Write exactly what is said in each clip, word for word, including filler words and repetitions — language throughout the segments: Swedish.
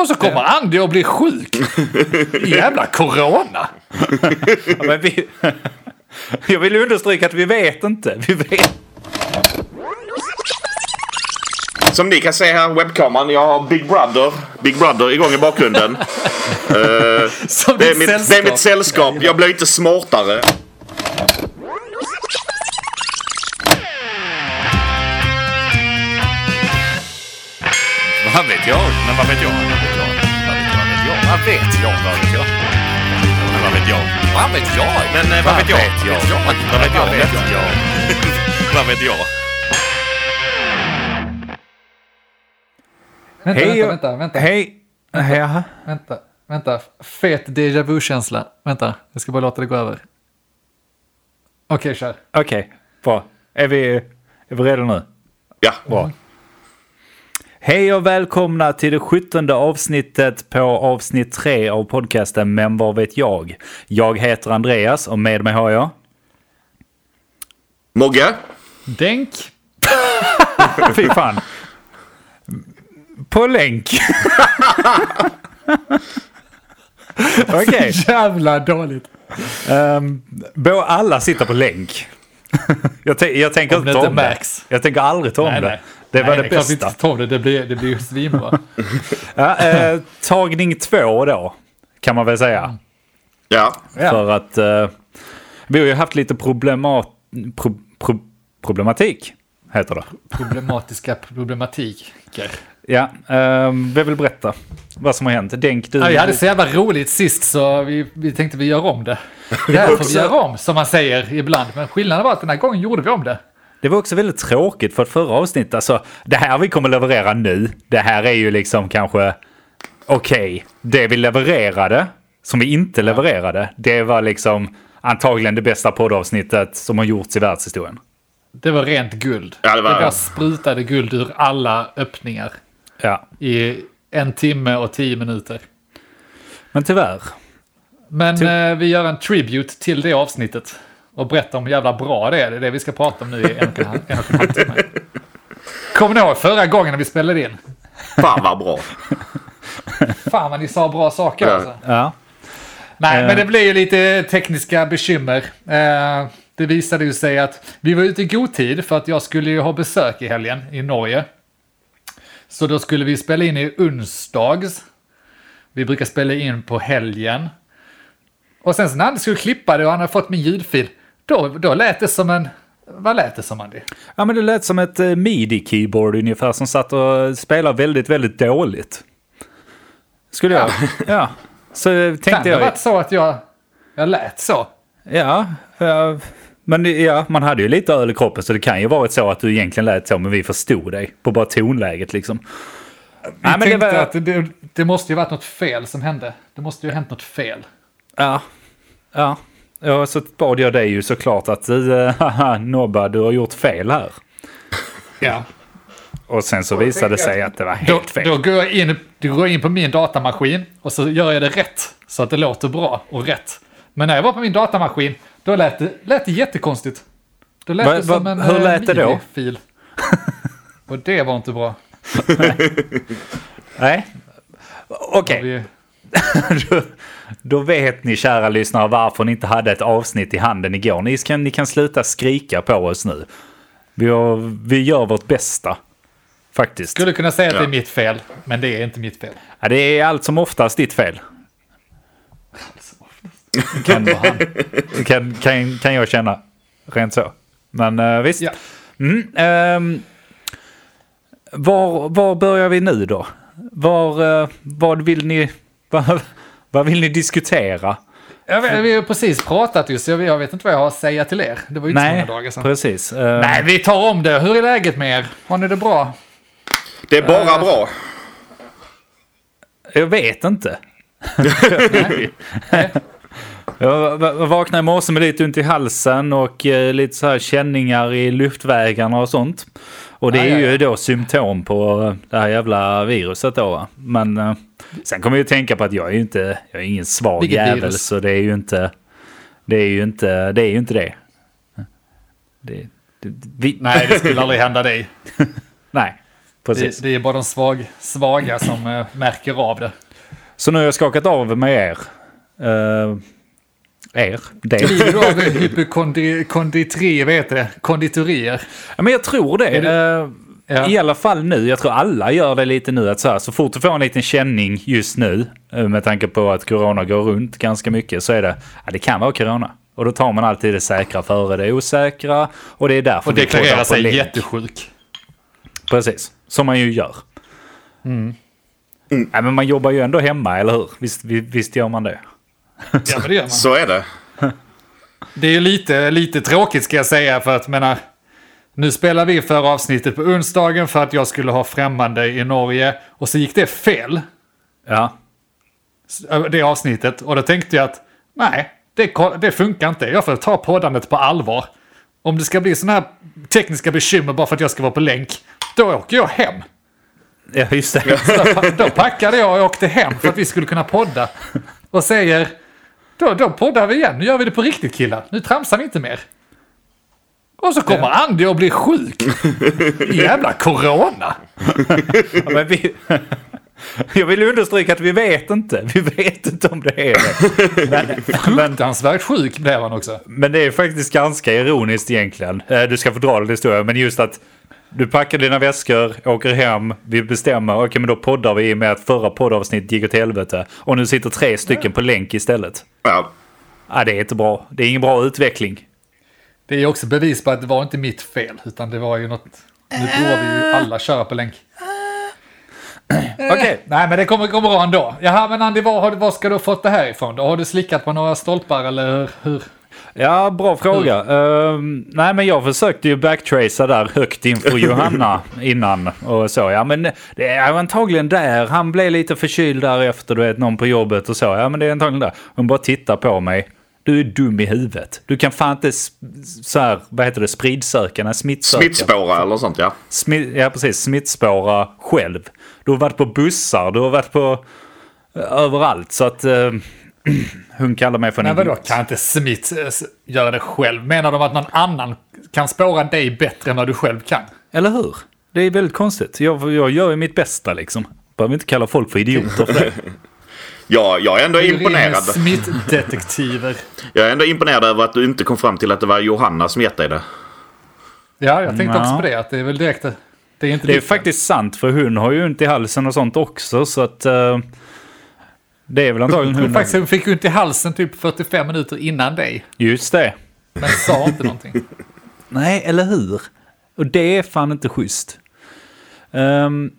Och så kommer Andy och blir sjuk. Jävla corona. Ja, men vi... Jag vill understryka att vi vet inte. Vi vet. Som ni kan se här, webbkameran, jag har Big Brother, Big Brother igång i bakgrunden. uh, det, är mitt, det är mitt sällskap, jag blir inte smartare. Vad vet jag? Men vad vet jag? Vad vet jag? Vad vet jag? Vad vet jag? Vad vet jag? Vad vet jag? Men eh, vad vet jag? Vad vet jag? Vad vet jag? Vad vet jag? Vänta, Hej, vänta, vänta, vänta. Hej. Vänta, vänta, vänta. Fet déjà vu-känsla. Vänta, jag ska bara låta det gå över. Okej, okay, kör. Okej, okay, bra. Är vi, är vi redo nu? Ja. Bra. Mm. Hej och välkomna till det sjuttonde avsnittet på avsnitt tre av podcasten Men vad vet jag? Jag heter Andreas och med mig har jag... Mogge. Denk. Fy fan. På länk. Okej. Okay. Jävla dåligt. Um, bo, alla sitter på länk. jag, t- jag tänker om inte ta om det. Max. Jag tänker aldrig ta om nej, det. Nej. Det var nej, det nej, bästa. Inte ta om det. Det blir, det blir svinbra. ja, eh, tagning två då, kan man väl säga. Ja. För att eh, vi har ju haft lite problemat, pro, pro, problematik, heter det. Problematiska problematiker. Ja, eh, vi vill berätta vad som har hänt. Denk, du... Ja, vi hade så jävla roligt sist så vi, vi tänkte vi gör om det. Det här får vi göra om, som man säger ibland. Men skillnaden var att den här gången gjorde vi om det. Det var också väldigt tråkigt för att förra avsnittet, alltså det här vi kommer leverera nu, det här är ju liksom kanske okej. Okay. Det vi levererade, som vi inte levererade, det var liksom antagligen det bästa poddavsnittet som har gjorts i världshistorien. Det var rent guld. Ja, det var... det bara sprutade guld ur alla öppningar. Ja. I en timme och tio minuter. Men tyvärr. Men Ty- eh, vi gör en tribute till det avsnittet. Och berätta om hur jävla bra det är. Det är det vi ska prata om nu i en och en halv, en och en halv timme. Kommer ni ihåg förra gången när vi spelade in? Fan vad bra. Fan vad ni sa bra saker Ja. alltså. Ja. Nej, Eh. men det blir ju lite tekniska bekymmer. Eh, det visade ju sig att vi var ute i god tid för att jag skulle ju ha besök i helgen i Norge. Så då skulle vi spela in i onsdags. Vi brukar spela in på helgen. Och sen så när han skulle klippa det och han hade fått min ljudfil, då, då lät det som en... Vad lät det som, Andy? Ja, men det lät som ett uh, midi-keyboard ungefär som satt och spelade väldigt, väldigt dåligt. Skulle jag... Ja. Så tänkte kan det jag... ha varit så att jag, jag lät så? Ja, ja, men ja, man hade ju lite öl i kroppen så det kan ju varit så att du egentligen lät så, men vi förstod dig på bara tonläget liksom. Vi Nej, men tänkte det var... att det, det måste ju varit något fel som hände. Det måste ju ha hänt något fel. Ja, ja. Ja, så bad jag dig ju såklart att haha, Nobba, du har gjort fel här. Ja. Och sen så visade det sig att det var helt fel. Då, då går jag in, då går jag in på min datamaskin och så gör jag det rätt. Så att det låter bra och rätt. Men när jag var på min datamaskin, då lät det, lät det jättekonstigt. Då lät Va, det som va, en hur lät det då? fil. Och det var inte bra. Nej. Okej. Vi... då, då vet ni, kära lyssnare, varför ni inte hade ett avsnitt i handen igår. Ni kan, ni kan sluta skrika på oss nu. Vi, har, vi gör vårt bästa. Faktiskt. Skulle kunna säga att Ja. det är mitt fel, men det är inte mitt fel. Ja, det är allt som oftast ditt fel. Kan, kan, kan, kan jag känna. Rent så. Men uh, visst. Ja. Mm, um, var, var börjar vi nu då? Var, uh, vad vill ni vad, vad vill ni diskutera? Jag vet, vi har precis pratat just, jag vet, jag vet inte vad jag har att säga till er. Det var ju inte så Nej, många dagar sedan. precis. Uh, Nej, vi tar om det. Hur är läget med er? Har ni det bra? Det är bara Uh, bra. Jag vet inte. Nej. Nej. Jag vaknade i morse med lite ont i halsen och eh, lite så här känningar i luftvägarna och sånt. Och det Ja, är ja, ju ja. då symptom på det här jävla viruset då. Va? Men eh, sen kommer jag ju tänka på att jag är ju inte, jag är ingen svag Vilket jävel, virus? så det är ju inte det är ju inte det är ju inte det. det, det vi, Nej, det skulle aldrig hända dig. nej. Precis. Det, det är bara de svag, svaga som äh, märker av det. Så nu har jag skakat av med er. Uh, er? Det. Lider du av hypokonditri, vad heter det? Konditorier? Ja, men jag tror det. det? Uh, ja. I alla fall nu. Jag tror alla gör det lite nu. Att så, här, så fort du får en liten känning just nu, med tanke på att corona går runt ganska mycket, så är det, ja, det kan vara corona. Och då tar man alltid det säkra före det osäkra. Och det är därför och deklarerar sig länk. Jättesjuk. Precis, som man ju gör. Mm. Mm. Ja, men man jobbar ju ändå hemma, eller hur? Visst, visst gör man det? Ja, men det gör man. Så är det. Det är ju lite, lite tråkigt ska jag säga, för att menar, nu spelar vi för avsnittet på onsdagen för att jag skulle ha främmande i Norge, och så gick det fel. Ja. Det avsnittet, och då tänkte jag att nej, det, det funkar inte. Jag får ta poddandet på allvar. Om det ska bli såna här tekniska bekymmer bara för att jag ska vara på länk, då åker jag hem. Ja, just det. Så då, då packade jag och åkte hem för att vi skulle kunna podda. Och säger, då, då poddar vi igen. Nu gör vi det på riktigt, killar. Nu tramsar vi inte mer. Och så kommer ja. Andy och blir sjuk. Jävla corona. Ja, men vi... Jag vill understryka att vi vet inte. Vi vet inte om det är det. Fruktansvärt sjuk blev han också. Men det är faktiskt ganska ironiskt egentligen. Du ska få dra det historia, men just att du packar dina väskor, åker hem, vi bestämmer, okej, men då poddar vi med att förra poddavsnitt gick åt helvete. Och nu sitter tre stycken på länk istället. Ja. Ja, det är inte bra. Det är ingen bra utveckling. Det är också bevis på att det var inte mitt fel, utan det var ju något... Nu provar vi ju alla köra på länk. Okej, okay. Nej, men det kommer gå bra ändå. Jaha, men Andy, var, var ska du ha fått det här ifrån? Då har du slickat på några stolpar eller hur? Ja, bra fråga. Uh, nej, men jag försökte ju backtracea där högt inför Johanna innan och så. Ja, men det är antagligen där. Han blev lite förkyld där efter, du vet, någon på jobbet och så. Ja, men det är antagligen där. Hon bara tittar på mig. Du är dum i huvudet. Du kan fan inte så här, vad heter det, spridsöka, smittsöka. Smittspåra eller sånt, ja. Smi- ja, precis. Smittspåra själv. Du har varit på bussar, du har varit på uh, överallt. Så att uh, hon kallar mig för en... Men vadå, kan inte smitt uh, göra det själv? Menar de att någon annan kan spåra dig bättre än vad du själv kan? Eller hur? Det är väldigt konstigt. Jag, jag gör ju mitt bästa liksom. Behöver inte kalla folk för idioter för det. Ja, jag är ändå du är imponerad. Smittdetektiver. Jag är ändå imponerad över att du inte kom fram till att det var Johanna som gett dig det. Ja, jag tänkte ja. också på det. Att det är väl direkt... Det är, inte det är faktiskt sant, för hon har ju ont i halsen och sånt också, så att... Uh, det är väl antagligen hon... Faktiskt, hon fick ont i halsen typ fyrtiofem minuter innan dig. Just det. Men sa inte någonting. Nej, eller hur? Och det är fan inte schysst. Um,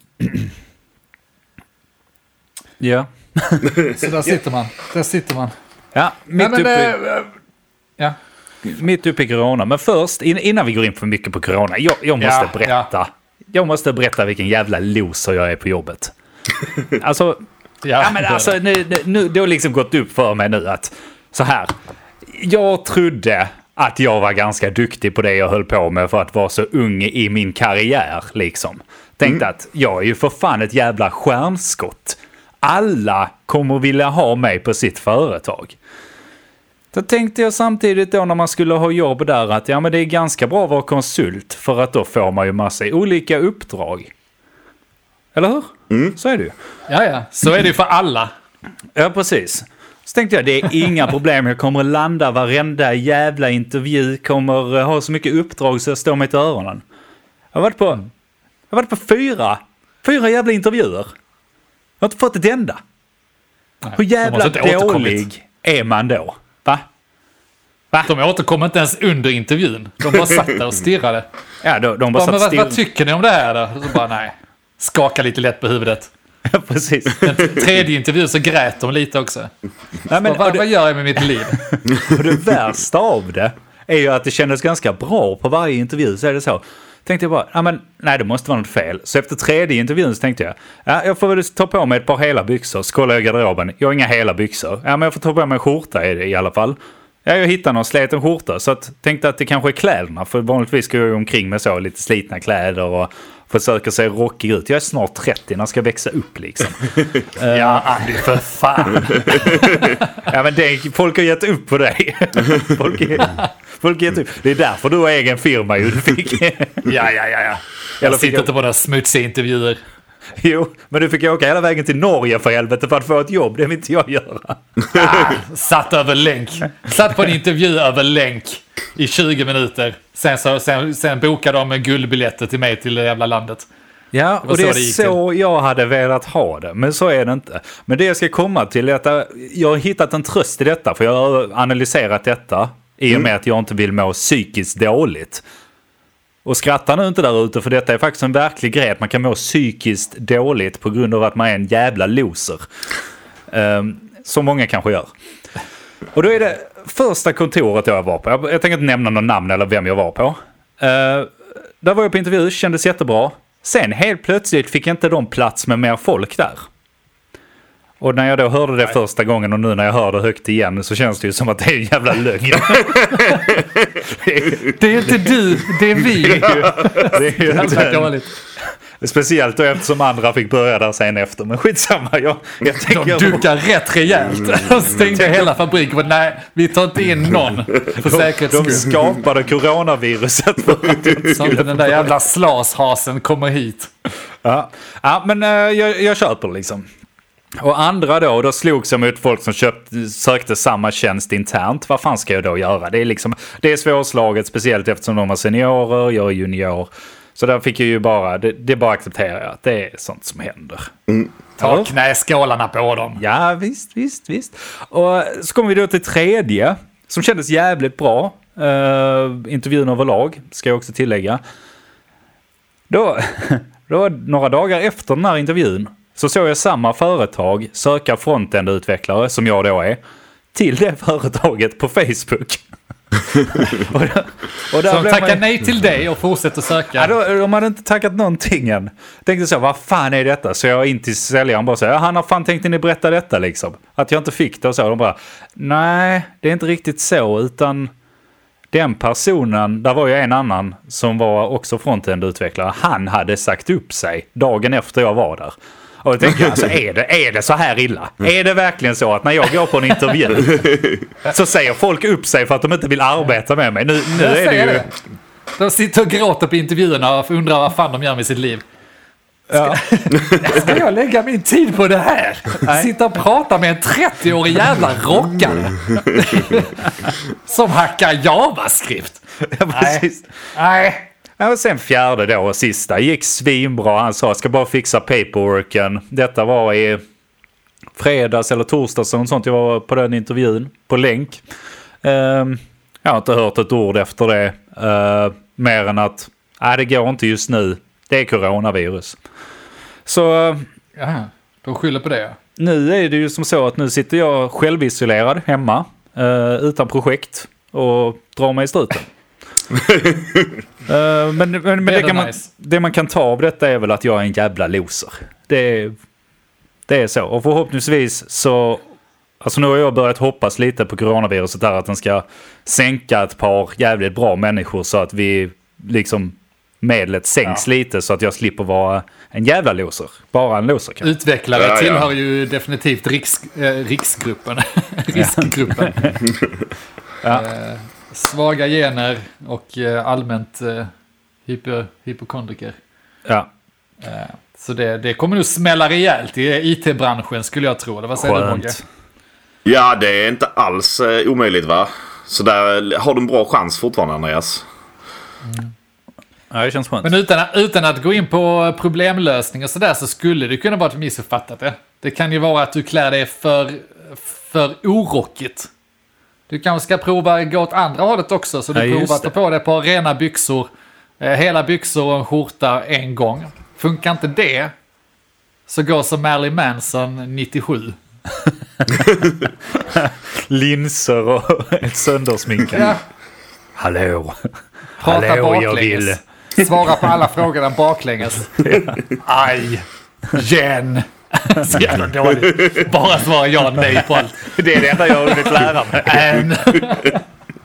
ja. Så där sitter man. Där sitter man. Ja, mitt Nej, men, uppe... äh, ja. Mitt uppe i corona. Men först, innan vi går in för mycket på corona, jag, jag måste ja, berätta. Ja. Jag måste berätta vilken jävla loser jag är på jobbet. Alltså, ja, ja, men alltså nu, nu, det har liksom gått upp för mig nu att så här. Jag trodde att jag var ganska duktig på det jag höll på med för att vara så ung i min karriär liksom. Tänkte mm. att jag är ju för fan ett jävla stjärnskott. Alla kommer vilja ha mig på sitt företag. Då tänkte jag samtidigt då när man skulle ha jobb där att ja, men det är ganska bra att vara konsult, för att då får man ju massa olika uppdrag. Eller hur? Mm. Så är det ju. Ja, ja. Så är det ju för alla. Ja, precis. Så tänkte jag, det är inga problem. Jag kommer landa varenda jävla intervju. Kommer ha så mycket uppdrag så jag står mig till öronen. Jag har varit på, jag har varit på fyra, fyra jävla intervjuer. Jag har inte fått ett enda. Nej, hur jävla dålig är man då? Va? Va? De återkom inte ens under intervjun. De bara satt där och stirrade. Ja, de, de bara, bara satt vad, vad tycker ni om det här då? Så bara, nej. Skaka lite lätt på huvudet. Ja, precis. Den tredje intervjun så grät de lite också. Nej, men, vad, det, vad gör jag med mitt liv? Och det värsta av det är ju att det kändes ganska bra på varje intervju. Så är det så. Tänkte jag bara, ja, men, nej, det måste vara något fel. Så efter tredje intervjun så tänkte jag, ja, jag får väl ta på mig ett par hela byxor. Så kollade jag i garderoben, jag har inga hela byxor. Ja, men jag får ta på mig en skjorta i, i alla fall. Ja, jag hittade någon sliten skjorta, så att, tänkte att det kanske är kläderna. För vanligtvis går jag omkring med så lite slitna kläder och försöker se rockig ut. Jag är snart trettio, när ska jag växa upp liksom. Ja, Andy, för fan. Ja, men det, folk har gett upp på dig. Folk, är, folk har gett upp. Det är därför du har egen firma ju. Du fick. Ja, ja, ja, ja. Jag sitter inte på några smutsiga intervjuer. Jo, men du fick åka hela vägen till Norge för helvete för att få ett jobb. Det vill inte jag göra. Ah, satt över länk. Satt på en intervju över länk i tjugo minuter. Sen, så, sen, sen bokade de en guldbiljetter till mig till det jävla landet. Ja, och det, det är så till. Jag hade velat ha det. Men så är det inte. Men det jag ska komma till är att jag har hittat en tröst i detta. För jag har analyserat detta i och med mm. att jag inte vill må psykiskt dåligt. Och skratta nu inte där ute, för detta är faktiskt en verklig grej att man kan må psykiskt dåligt på grund av att man är en jävla loser. Um, som många kanske gör. Och då är det första kontoret jag var på. Jag, jag tänker inte nämna någon namn eller vem jag var på. Uh, där var jag på intervju, kändes jättebra. Sen helt plötsligt fick inte de plats med mer folk där. Och när jag då hörde det Nej. första gången och nu när jag hör det högt igen så känns det ju som att det är en jävla lögn. Det är inte du, det är vi. Det är ju inte dåligt. Speciellt då eftersom andra fick börja där sen efter. Men skitsamma, jag, jag tänker... De dukar rätt rejält. De stängde hela fabriken. Men nej, vi tar inte in någon. För säkerhets skull. De skapade coronaviruset. För att inte så inte den där jävla slashasen kommer hit. Ja, ja men uh, jag, jag köper liksom. Och andra då, då slogs jag mot folk som köpt, sökte samma tjänst internt. Vad fan ska jag då göra? Det är liksom, det är svårslaget, speciellt eftersom de är seniorer, jag är junior. Så där fick jag ju bara, det, det bara accepterar jag att det är sånt som händer. Mm. Ta ja. knäskålarna på dem. Ja, visst, visst, visst. Och så kommer vi då till tredje, som kändes jävligt bra. Uh, intervjun överlag, ska jag också tillägga. Då, då några dagar efter den här intervjun så såg jag samma företag söka frontend-utvecklare, som jag då är, till det företaget på Facebook. och där, och där så de tackar man... nej till dig och fortsätter söka? Ja, då, de hade inte tackat någonting än. Tänkte så, vad fan är detta? Så jag in till säljaren bara säger, han har fan tänkt ni berätta detta liksom. Att jag inte fick det och så. De bara, nej, det är inte riktigt så, utan den personen, där var ju en annan som var också frontend-utvecklare. Han hade sagt upp sig dagen efter jag var där. Och jag tänker, alltså, är det, är det så här illa? Är det verkligen så att när jag går på en intervju så säger folk upp sig för att de inte vill arbeta med mig? Nu, nu är det ju... Det. De sitter och gråter på intervjuerna och undrar vad fan de gör med sitt liv. Ska, ja. ska jag lägga min tid på det här? Nej. Sitta och prata med en trettio-årig jävla rockare som hackar JavaScript. Ja, precis. Nej. Ja, och sen fjärde då och sista gick svinbra. Han sa, jag ska bara fixa paperworken. Detta var i fredags eller torsdags och sånt. Jag var på den intervjun på länk. Um, jag har inte hört ett ord efter det. Uh, mer än att nej, det går inte just nu. Det är coronavirus. Så uh, Jaha, de skyller på det. Ja. Nu är det ju som så att nu sitter jag självisolerad hemma uh, utan projekt och drar mig i struten. uh, men men, men det, kan man, nice. det man kan ta av detta är väl att jag är en jävla loser. Det, det är så. Och förhoppningsvis så, alltså nu har jag börjat hoppas lite på coronaviruset där, att den ska sänka ett par jävligt bra människor så att vi liksom medlet sänks ja. lite så att jag slipper vara en jävla loser. Bara en loser kan. Utvecklare ja, tillhör ja. ju definitivt riks, äh, riksgruppen. riskgruppen. ja. äh, Svaga gener och eh, allmänt eh, hypo, hypokondriker. Ja. Eh, så det, det kommer nog smälla rejält i I T-branschen skulle jag tro. Vad säger du, Mogge? Ja, det är inte alls eh, omöjligt va? Så där har du en bra chans fortfarande, Andreas. Mm. Ja, det känns skönt. Men utan, utan att gå in på problemlösning och sådär så skulle det kunna vara att missuppfattat det. Det kan ju vara att du klär dig för, för orockigt. Du kanske ska prova gå åt andra hållet också. Så du ja, provar att ta på dig på rena byxor. Eh, hela byxor och en skjorta en gång. Funkar inte det så gå som Marilyn Manson nittiosju. Linser och ett söndersminka. Ja. Hallå. Prata Hallå, baklänges. Jag vill. Svara på alla frågorna baklänges. Ja. Aj. Jen. Så jävla dåligt. Bara svara ja nej på allt. Det är det enda jag har hunnit lära mig. En.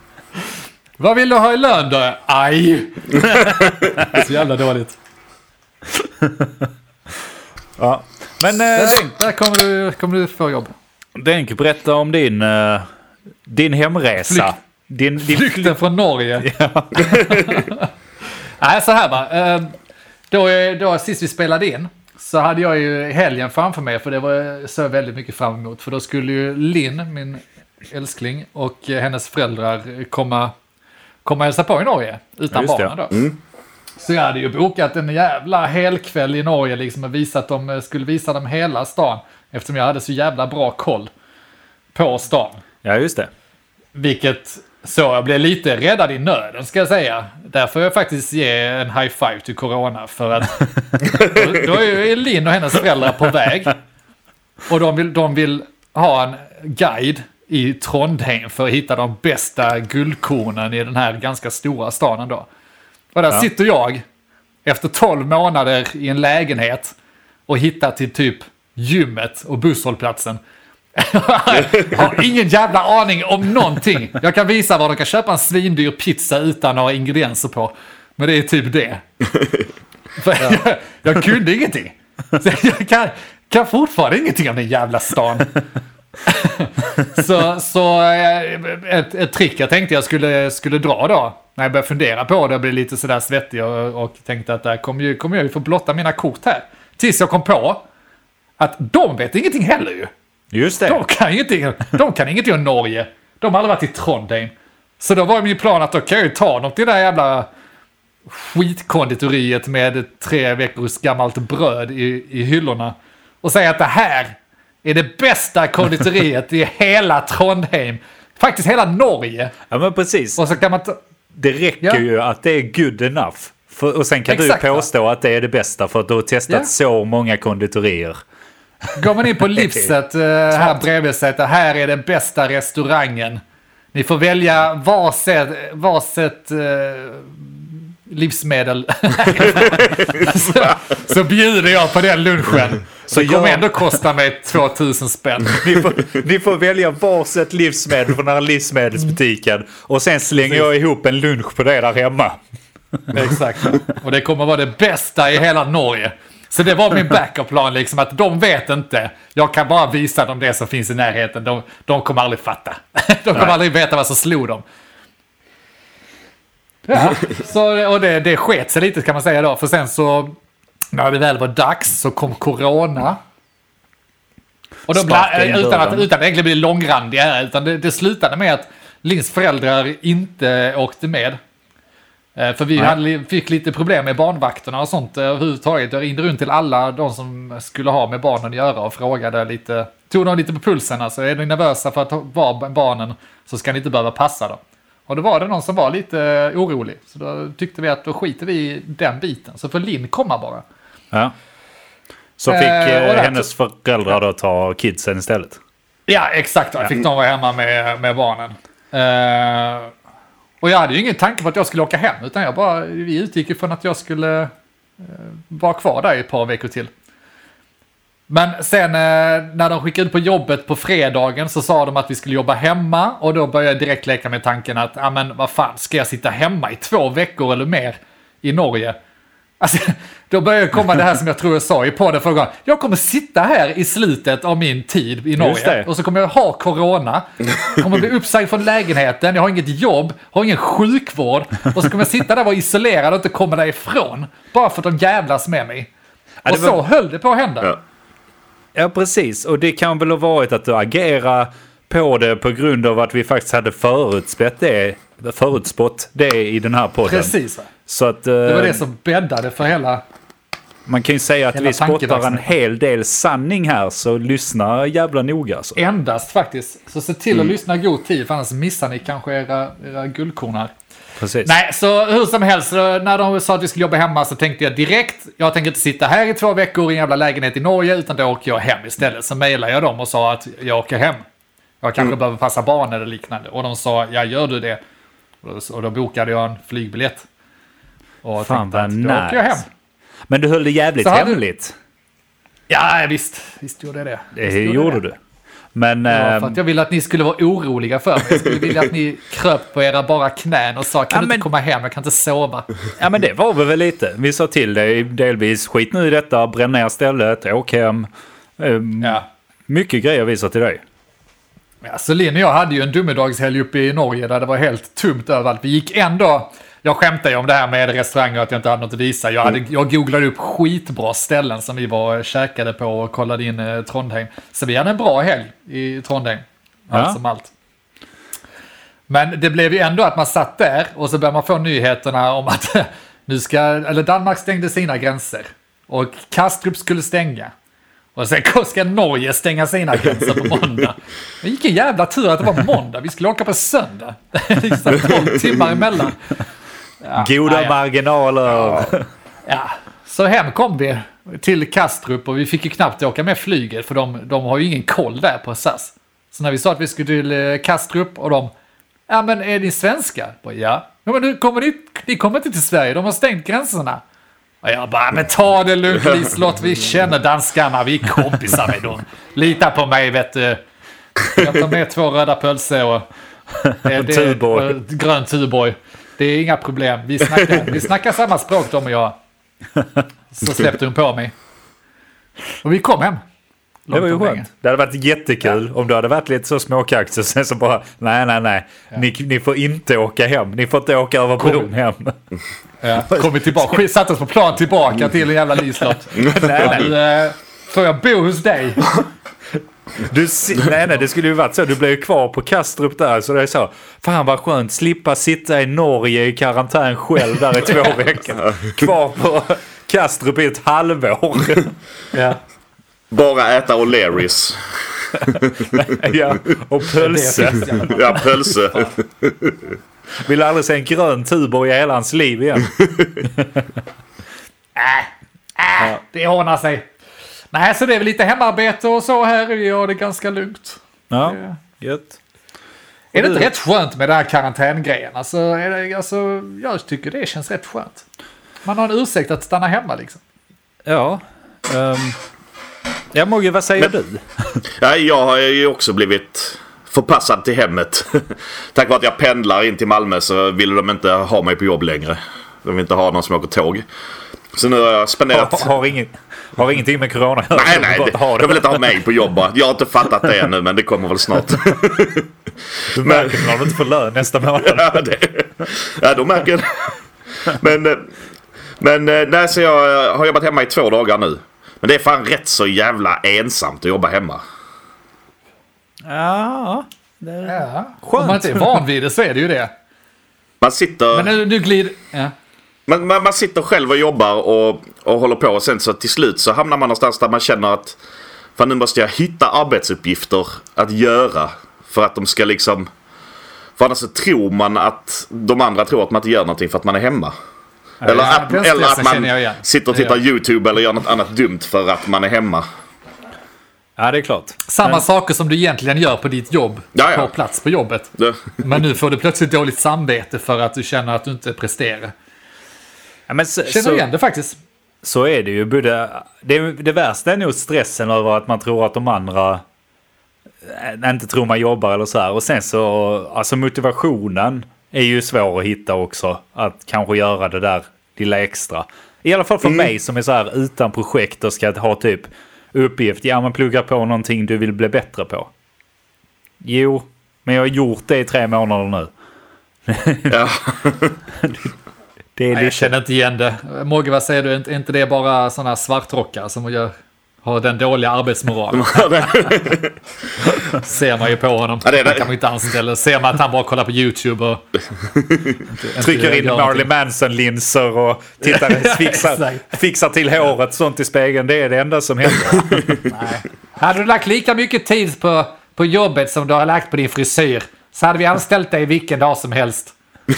Vad vill du ha i lön då? Aj. Så jävla dåligt. Ja. Men äh, där, där kommer du, kommer du få jobb. Denk, berätta om din, uh, din hemresa. Flykt. Din, din Flykten fly- från Norge. Ja. Nej, så här va. Då, då sist vi spelade in så hade jag ju helgen framför mig, för det var så väldigt mycket fram emot. För då skulle ju Linn, min älskling, och hennes föräldrar komma, komma och hälsa på i Norge utan Just barnen då. Mm. Så jag hade ju bokat en jävla helkväll i Norge liksom, och visat dem, skulle visa dem hela stan. Eftersom jag hade så jävla bra koll på stan. Ja, just det. Vilket så jag blev lite räddad i nöden, ska jag säga. Därför får jag faktiskt ge en high five till corona. För att då, då är ju Linn och hennes föräldrar på väg. Och de vill, de vill ha en guide i Trondheim för att hitta de bästa guldkornen i den här ganska stora staden då. Och där Ja. sitter jag efter tolv månader i en lägenhet och hittar till typ gymmet och busshållplatsen. Jag har ingen jävla aning om någonting. Jag kan visa var de kan köpa en svindyr pizza utan några ingredienser på. Men det är typ det. För Ja. jag, jag kunde ingenting. Så jag kan, kan fortfarande ingenting om den jävla stan. så så ett, ett trick jag tänkte jag skulle, skulle dra då. När jag började fundera på det och blev lite sådär svettig och, och tänkte att där kommer, ju, kommer jag ju få blotta mina kort här. Tills jag kom på att de vet ingenting heller ju. Just det. De kan ingenting, de kan ingenting om Norge. De har aldrig varit i Trondheim. Så då var min plan att då kan jag ju ta dem till det där jävla skitkonditoriet med tre veckors gammalt bröd i, i hyllorna. Och säga att det här är det bästa konditoriet i hela Trondheim. Faktiskt hela Norge. Ja, men precis. Och så kan man ta... Det räcker Ja. ju att det är good enough. För, och sen kan Exakt, du påstå att det är det bästa för att du har testat Ja. så många konditorier. Går man in på Livset uh, här bredvid sig, att här är den bästa restaurangen. Ni får välja varsitt, varsitt uh, livsmedel. så, så bjuder jag på den lunchen. Så det kommer jag- ändå kosta mig tvåtusen spänn. Ni får, ni får välja varsitt livsmedel från den här livsmedelsbutiken. Och sen slänger jag ihop en lunch på det där hemma. Exakt. Och det kommer vara det bästa i hela Norge. Så det var min backup-plan, liksom, att de vet inte. Jag kan bara visa dem det som finns i närheten. De, de kommer aldrig fatta. De kommer Nej. aldrig veta vad som slog dem. Ja, så, och det, det sket sig lite kan man säga då. För sen så, när det väl var dags, så kom corona. Och då, Sparka in utan, att, dörren. utan att egentligen bli långrandig här, utan det, det slutade med att Linns föräldrar inte åkte med. Eh, För vi Nej. hade, fick lite problem med barnvakterna och sånt eh, överhuvudtaget. Jag ringde runt till alla de som skulle ha med barnen att göra och frågade lite, tog dem lite på pulsen. Alltså, är ni nervösa för att vara barnen så ska ni inte behöva passa dem. Och då var det någon som var lite eh, orolig. Så då tyckte vi att då skiter vi i den biten. Så får Linn komma bara. Ja. Så fick Eh, eh, och det- hennes föräldrar då ta kidsen istället. Ja, exakt. Jag fick de vara hemma med, med barnen. Eh, och jag hade ju ingen tanke på att jag skulle åka hem. Utan jag bara, vi utgick ifrån att jag skulle eh, vara kvar där i ett par veckor till. Men sen eh, när de skickade ut på jobbet på fredagen så sa de att vi skulle jobba hemma. Och då började jag direkt leka med tanken att, ja men vad fan, ska jag sitta hemma i två veckor eller mer i Norge? Alltså, då börjar jag komma det här som jag tror jag sa i podden förra gången. Jag kommer sitta här i slutet av min tid i Just Norge. det. Och så kommer jag ha corona. Jag kommer bli uppsagd från lägenheten. Jag har inget jobb. Har ingen sjukvård. Och så kommer jag sitta där och vara isolerad och inte komma därifrån. Bara för att de jävlas med mig. Ja, och det var- så höll det på att hända. Ja. Ja, precis. Och det kan väl ha varit att du agerar på det på grund av att vi faktiskt hade förutspått det, förutspått det i den här podden. Precis va? Så att, eh, Det var det som bäddade för hela... man kan ju säga att hela vi spottar en tankeverksamheten. hel del sanning här, så lyssna jävla noga alltså. Endast faktiskt. Så se till att lyssna i god tid, för annars missar ni kanske era, era guldkorn här. Precis. Nej, så hur som helst, när de sa att vi skulle jobba hemma så tänkte jag direkt, jag tänker inte sitta här i två veckor i en jävla lägenhet i Norge, utan då åker jag hem istället. Så mejlade jag dem och sa att jag åker hem. Jag kanske behöver passa barn eller liknande. Och de sa, ja gör du det? Och då bokade jag en flygbiljett. Och Fan, tänkte vad att då åker jag hem. nice. Men du höll det jävligt Så hade- hemligt. Ja, visst. Visst gjorde jag det. Det Visst gjorde gjorde jag du. Men, ja, för att jag ville att ni skulle vara oroliga för mig. Jag skulle vilja att ni kröp på era bara knän och sa, kan ja, du men, inte komma hem, jag kan inte sova. Ja, men det var vi väl lite. Vi sa till dig delvis, skit nu i detta, bränn ner stället, åk hem. Um, ja. Mycket grejer vi sa till dig. Ja, så Linn och jag hade ju en domedagshelg uppe i Norge där det var helt tomt överallt. Vi gick ändå... Jag skämtade ju om det här med restauranger och att jag inte hade något att visa. Jag, hade, jag googlade upp skitbra ställen som vi var och käkade på och kollade in eh, Trondheim. Så vi hade en bra helg i Trondheim. Allt ja. som allt. Men det blev ju ändå att man satt där och så började man få nyheterna om att nu ska, eller Danmark stängde sina gränser. Och Kastrup skulle stänga. Och sen ska Norge stänga sina gränser på måndag. Det gick en jävla tur att det var måndag. Vi skulle åka på söndag. Liksom tolv timmar emellan. Ja, Goda ja. marginaler. Ja. ja, så hem kom vi till Kastrup och vi fick ju knappt åka med flyget för de, de har ju ingen koll där på S A S. Så när vi sa att vi skulle till Kastrup och de, ja men är ni svenska? Och, ja. ja, men nu kommer ni, ni kommer inte till Sverige, de har stängt gränserna. Och jag bara, men ta det lugnt Liselott, vi känner danskarna, vi är kompisar med dem. Lita på mig, vet du. Jag tar med två röda pölser och, det, det, och grön Tuborg. Det är inga problem. Vi snackar, vi snackar samma språk de och jag. Så släppte hon på mig. Och vi kom hem. Det var ju skönt. Det hade varit jättekul ja. om du hade varit lite så småkaxig och sen så bara, nej, nej, nej. Ja. Ni, ni får inte åka hem. Ni får inte åka över bron hem. Ja. Kom vi tillbaka. Satt oss på plan tillbaka till en jävla Liselott. nej, nej. Du, äh, får jag bo hos dig? Du, nej, nej, det skulle ju varit så. Du blev ju kvar på Kastrup där. Så det är så, fan vad skönt. Slippa sitta i Norge i karantän själv där i två veckor. Kvar på Kastrup i ett halvår. Ja. Bara äta O'Learys. ja, och pölse. ja, pölse. Vill aldrig se en grön Tuborg i hela hans liv igen. äh, äh, det ordnar sig. Nej, så det är väl lite hemarbete och så här. Vi har det ganska lugnt. Ja, gött. Är det inte rätt skönt med den här karantängrejen? Alltså, är det, alltså, jag tycker det känns rätt skönt. Man har en ursäkt att stanna hemma liksom. Ja. Um, jag Mogge, vad säger Men, du? ja, jag har ju också blivit förpassad till hemmet. Tack vare att jag pendlar in till Malmö så vill de inte ha mig på jobb längre. De vill inte ha någon som åker tåg. Så nu har jag spenderat... Har, har, ingen, har ingenting med corona. Nej, nej. Det, de vill inte ha mig på jobb. Jag har inte fattat det ännu, men det kommer väl snart. Du märker men, när du inte får lön nästa månad. ja, det, ja, då märker jag. Men, men nej, så jag har jobbat hemma i två dagar nu. Men det är fan rätt så jävla ensamt att jobba hemma. Ja, det är ja. Om man inte är van vid det så är det ju det. Man sitter... Men nu, nu glider... Ja. Man, man, man sitter själv och jobbar och, och håller på och sen så till slut så hamnar man någonstans där man känner att fan, nu måste jag hitta arbetsuppgifter att göra för att de ska liksom... För annars så tror man att de andra tror att man inte gör någonting för att man är hemma. Ja, eller, ja, att, eller att man sitter och tittar ja. YouTube eller gör något annat dumt för att man är hemma. Ja, det är klart. Samma Men... saker som du egentligen gör på ditt jobb ja, ja. på plats på jobbet. Ja. Men nu får du plötsligt dåligt samvete för att du känner att du inte presterar. Ja, men så, känner så, igen det faktiskt. Så är det ju. Både, det, det värsta är nog stressen över att man tror att de andra inte tror man jobbar eller så här. Och sen så, alltså motivationen är ju svår att hitta också. Att kanske göra det där lilla extra. I alla fall för mm. mig som är så här utan projekt och ska ha typ uppgift. Ja, man pluggar på någonting du vill bli bättre på. Jo, men jag har gjort det i tre månader nu. Ja. Det är Nej, jag känner inte igen det. Mogge, vad säger du? Är inte det bara sådana svartrockar som gör, har den dåliga arbetsmoralen? Ser man ju på honom. Ja, det det. kan man inte anställa. Ser man att han bara kollar på YouTube och... trycker in Marilyn Manson-linser och tittar, fixar, fixar till håret sånt i spegeln. Det är det enda som händer. Nej. Hade du lagt lika mycket tid på, på jobbet som du har lagt på din frisyr så hade vi anställt dig vilken dag som helst.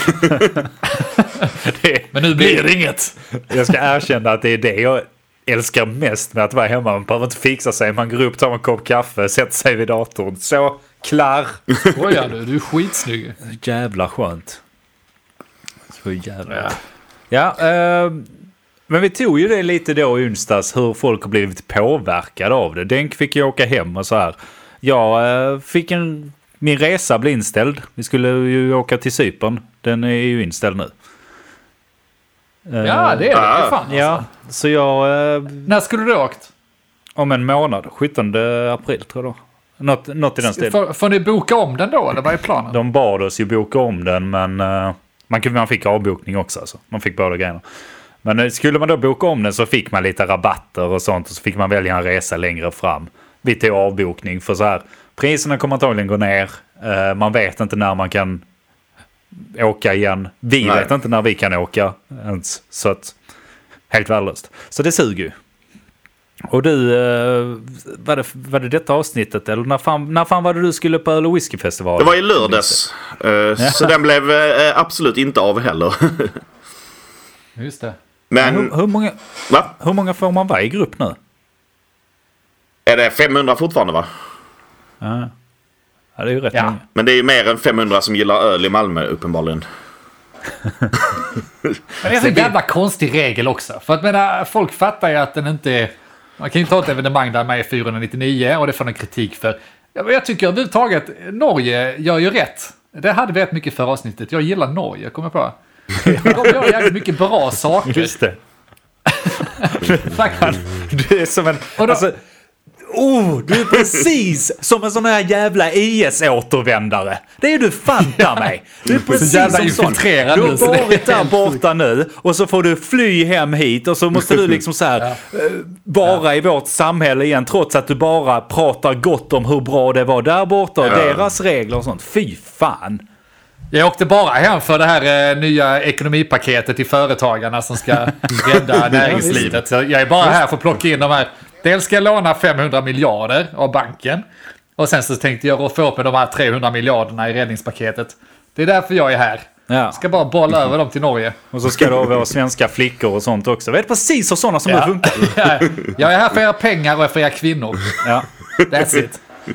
det, Men nu blir det inget. Jag ska erkänna att det är det jag älskar mest med att vara hemma. Man behöver inte fixa sig. Man går upp, tar en kopp kaffe, sätter sig vid datorn. Så, klar. Oj, ja, du, du är skitsnygg. Jävla skönt. Så jävla. Ja, ja eh, men vi tog ju det lite då i onsdags hur folk har blivit påverkade av det. Denk fick ju åka hem och så här. Jag eh, fick en... Min resa blev inställd. Vi skulle ju åka till Cypern. Den är ju inställd nu. Ja, det är det. Ah. det fan, alltså. Ja, så jag... Eh, När skulle du åkt? om en månad. sjuttonde april tror jag. Något, något i den stilen. Får, får ni boka om den då, eller vad är planen? De bad oss ju boka om den, men uh, man, man fick avbokning också. Alltså. Man fick båda grejerna. Men uh, skulle man då boka om den så fick man lite rabatter och sånt. Och så fick man välja en resa längre fram. Vi tog avbokning för så här. Priserna kommer antagligen gå ner. Uh, man vet inte när man kan åka igen. Vi Nej. vet inte när vi kan åka ens. Så att, helt värdelöst. Så det suger ju. Och du, uh, var, det, var det detta avsnittet? Eller när fan, när fan var det du skulle på öl- och whiskyfestival? Det var i lördags. Uh, så den blev uh, absolut inte av heller. Just det. Men, hur, hur, många, va? hur många får man vara i grupp nu? Är det femhundra fortfarande, va? Ja, ja det är ju rätt Ja. många. Men det är ju mer än femhundra som gillar öl i Malmö, uppenbarligen. Men det är en så jävla konstig regel också. För att menar, folk fattar ju att den inte är... Man kan ju ta ett evenemang där man är fyrahundranittionio och det får en kritik för. Ja, men jag tycker överhuvudtaget Norge gör ju rätt. Det hade vi rätt mycket för avsnittet. Jag gillar Norge, kommer jag på. De gör jävligt mycket bra saker. Just det. Faktiskt. Du är som en... Och då- Alltså, oh, du är precis som en sån här jävla I S-återvändare. Det är du fanta mig. Du är precis jävla som sån. infiltrerad Du nu, så har det är varit där helt borta nu och så får du fly hem hit och så måste du liksom så här eh, vara i vårt samhälle igen trots att du bara pratar gott om hur bra det var där borta och Ja. deras regler och sånt. Fy fan. Jag åkte bara hem för det här eh, nya ekonomipaketet till företagarna som ska rädda näringslivet. Så jag är bara här för att plocka in de här. Dels ska jag låna femhundra miljarder av banken. Och sen så tänkte jag få upp med de här trehundra miljarderna i räddningspaketet. Det är därför jag är här. Ja. Jag ska bara bolla över dem till Norge. Och så ska du ha våra svenska flickor och sånt också. Vet precis hur sådana som Ja. du funkar. Ja, jag är här för era pengar och för era kvinnor. Ja. That's it.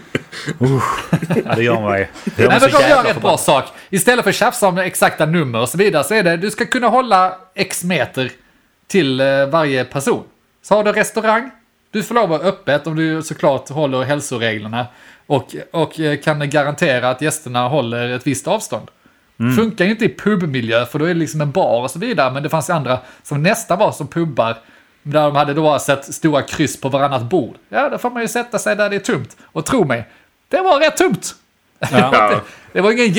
Ja, det gör mig. Det gör Nej, mig men så de gör jävla ett bra sak. Istället för att tjafsa om exakta nummer och så vidare så är det du ska kunna hålla x meter till eh, varje person. Så har du restaurang, du får lov att vara öppet om du såklart håller hälsoreglerna och, och eh, kan garantera att gästerna håller ett visst avstånd. Mm. Funkar ju inte i pubmiljö för då är det liksom en bar och så vidare, men det fanns ju andra som nästa var som pubbar där de hade då sett stora kryss på varannat bord. Ja, då får man ju sätta sig där det är tomt. Och tro mig, det var rätt tomt. Ja. Det var ingen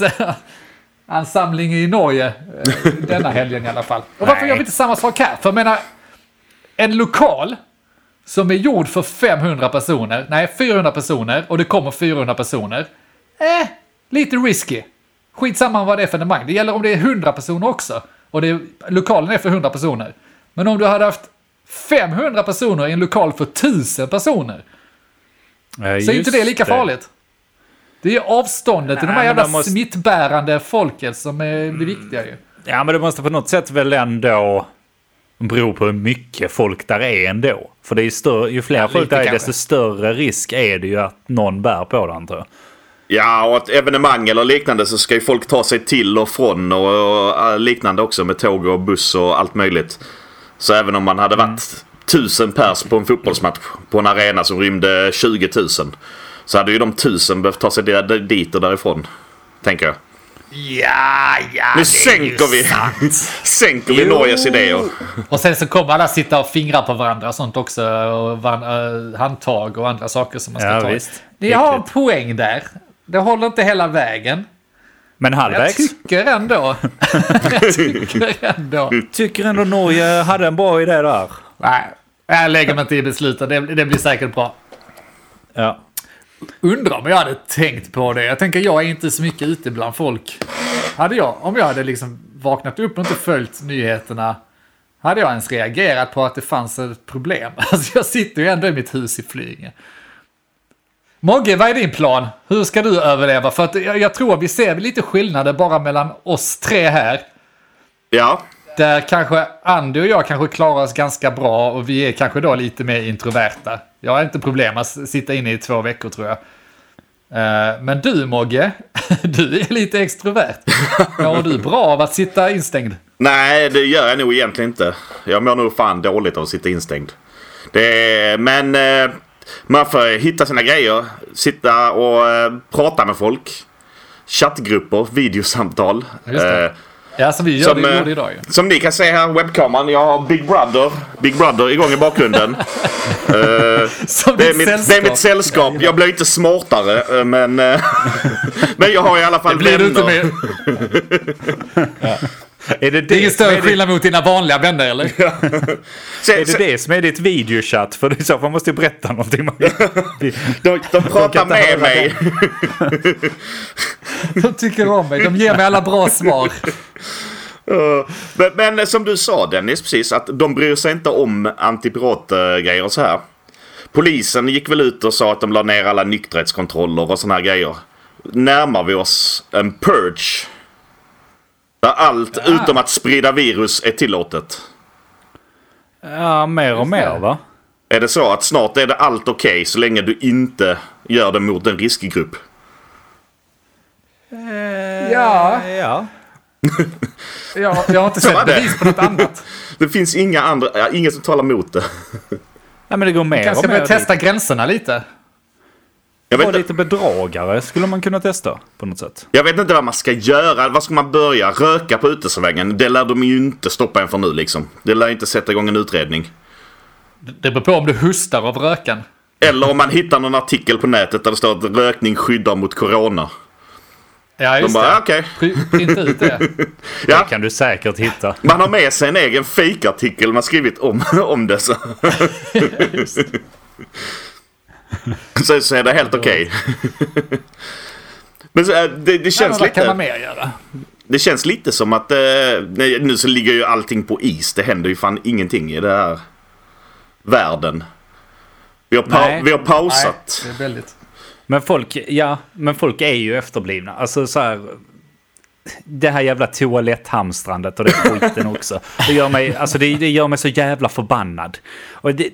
jätteansamling i Norge eh, denna helgen i alla fall. Och varför Nej. gör vi inte samma sak här? För jag menar, en lokal som är gjord för femhundra personer, nej fyrahundra personer och det kommer fyrahundra personer. Eh, lite risky. Skitsamma vad det är för evenemang. Det gäller om det är hundra personer också. Och det är, lokalen är för hundra personer. Men om du hade haft femhundra personer i en lokal för tusen personer Ja, så är inte just det lika farligt. Det är avståndet till de här Nej, men jävla de måste- smittbärande folket som är det viktiga ju. Ja, men det måste på något sätt väl ändå bero på hur mycket folk där är ändå. För det är ju, större, ju fler Ja, folk lite där är, kanske. desto större risk är det ju att någon bär på det, antar jag. Ja, och ett evenemang eller liknande så ska ju folk ta sig till och från och, och liknande också med tåg och buss och allt möjligt. Så även om man hade varit tusen pers på en fotbollsmatch på en arena som rymde tjugo tusen så hade ju de tusen behövt ta sig dit och därifrån, tänker jag. Ja, ja, Nu sänker vi, sänker vi Norges idéer. Och sen så kommer alla sitta och fingra på varandra och sånt också. Och van, uh, handtag och andra saker som man ska Ja, ta. visst. Ni har en Riktigt. poäng där. Det håller inte hela vägen. Men Jag halvvägs. tycker ändå. jag tycker ändå. Tycker ändå Norge hade en bra idé där. Nej, jag lägger mig inte i beslutet. Det, det blir säkert bra. Ja. Undrar om jag hade tänkt på det. Jag tänker jag är inte så mycket ute bland folk. Hade jag, om jag hade liksom vaknat upp och inte följt nyheterna, hade jag ens reagerat på att det fanns ett problem? Alltså jag sitter ju ändå i mitt hus i Flyinge. Mogge, vad är din plan? Hur ska du överleva? För att jag, jag tror att vi ser lite skillnader bara mellan oss tre här. Ja, Där kanske Andy och jag kanske klarar oss ganska bra och vi är kanske då lite mer introverta. Jag har inte problem att sitta inne i två veckor tror jag. Uh, men du Mogge, du är lite extrovert. Ja, du är bra av att sitta instängd. nej det gör jag nog egentligen inte. Jag mår nog fan dåligt av att sitta instängd. Det är, men eh, man får hitta sina grejer, sitta och eh, prata med folk. Chattgrupper, videosamtal. Just det. Eh, Ja, som vi gör som, det, eh, gjorde idag ju. som ni kan se här, webbkameran. Jag har Big Brother, Big Brother igång i bakgrunden. Eh, Som det, är ditt mitt, sällskap. det är mitt sällskap. Jag blir inte smartare, eh, men, eh, men jag har i alla fall Det blir du inte vänner. med. Är det Det är ingen det, som större är ditt, skillnad mot dina vanliga vänner, eller? Se, är det se, det som är ditt videochatt? För i så fall måste jag berätta någonting. de, de pratar kan inte med höra mig. De tycker om mig. De ger mig alla bra svar. Uh, men, men som du sa Dennis, precis, att de bryr sig inte om antipiratgrejer och så här. Polisen gick väl ut och sa att de la ner alla nykterhetskontroller och såna här grejer. Närmar vi oss en purge där allt Ja. utom att sprida virus är tillåtet? Ja, mer och mer va? Är det så att snart är det allt okej okay, så länge du inte gör det mot en riskgrupp? Ja. Ja. Ja, jag har inte Så var sett det. bevis på något annat. Det finns inga andra, ja, ingen som talar mot det. Ja, men det går mer Kanske och mer. börja testa gränserna lite. Jag Var vet, lite bedragare skulle man kunna testa på något sätt. jag vet inte vad man ska göra. Vad ska man börja? Röka på uteservängen? Det lär de ju inte stoppa en för nu liksom. Det lär inte sätta igång en utredning. Det beror på om du hustar av röken. Eller om man hittar någon artikel på nätet där det står att rökning skyddar mot corona. Ja, De just bara, det. okej. Pri- Printa ut det. Ja, Det kan du säkert hitta. man har med sig en egen fake-artikel man skrivit om, om det. Så. så, så är det helt okej. Men så, äh, det, det, känns Ja, vad kan man lite, mer göra? det känns lite som att eh, nej, nu så ligger ju allting på is. Det händer ju fan ingenting i det här världen. Vi har, pa- Nej. vi har pausat. Nej, det är väldigt... Men folk, ja, men folk är ju efterblivna. Alltså så här, det här jävla toaletthamstrandet och det skiten också. Det gör mig, alltså det, det gör mig så jävla förbannad. Och det,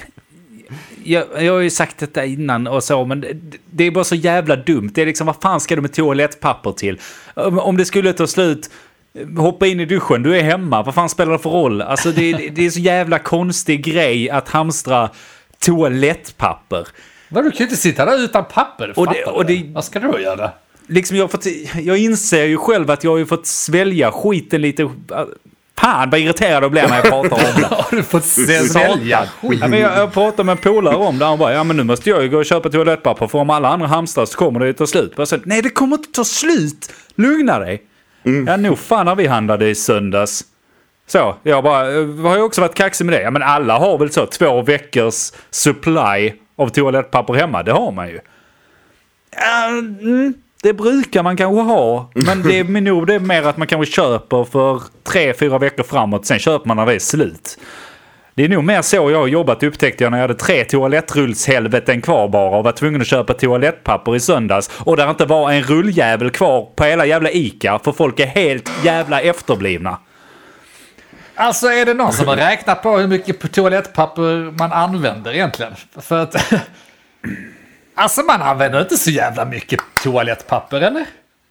jag, jag har ju sagt detta innan och så, men det, det är bara så jävla dumt. Det är liksom, vad fan ska du med toalettpapper till? Om, om det skulle ta slut, hoppa in i duschen, du är hemma. Vad fan spelar det för roll? Alltså det, det, det är så jävla konstig grej att hamstra toalettpapper. Vad, du kan ju inte sitta där utan papper. Och det- fattar och du det- Vad ska du göra? Liksom jag, har fått, jag inser ju själv att jag har ju fått svälja skiten lite. Fan vad irriterad jag blir när jag pratar om det. Har du fått svälja skit? Ja, men jag, jag pratar med en polare om det. Han bara, ja men nu måste jag ju gå och köpa toalettpapper. För om alla andra hamstrar så kommer det ta slut. Jag sa, nej det kommer inte ta slut. Lugna dig. Mm. Ja nog fan har vi handlade i söndags. Så, jag bara, har jag också varit kaxig med det? Ja men alla har väl så två veckors supply av toalettpapper hemma. Det har man ju. Ja, mm, det brukar man kanske ha. Men det är nog det är mer att man kanske köper för tre, fyra veckor framåt. Sen köper man när det är slut. Det är nog mer så jag har jobbat, upptäckte jag när jag hade tre toalettrullshelveten kvar bara och var tvungen att köpa toalettpapper i söndags. Och där inte var en rulljävel kvar på hela jävla Ica. För folk är helt jävla efterblivna. Alltså är det någon som har räknat på hur mycket toalettpapper man använder egentligen? För att... Alltså man använder inte så jävla mycket toalettpapper, eller?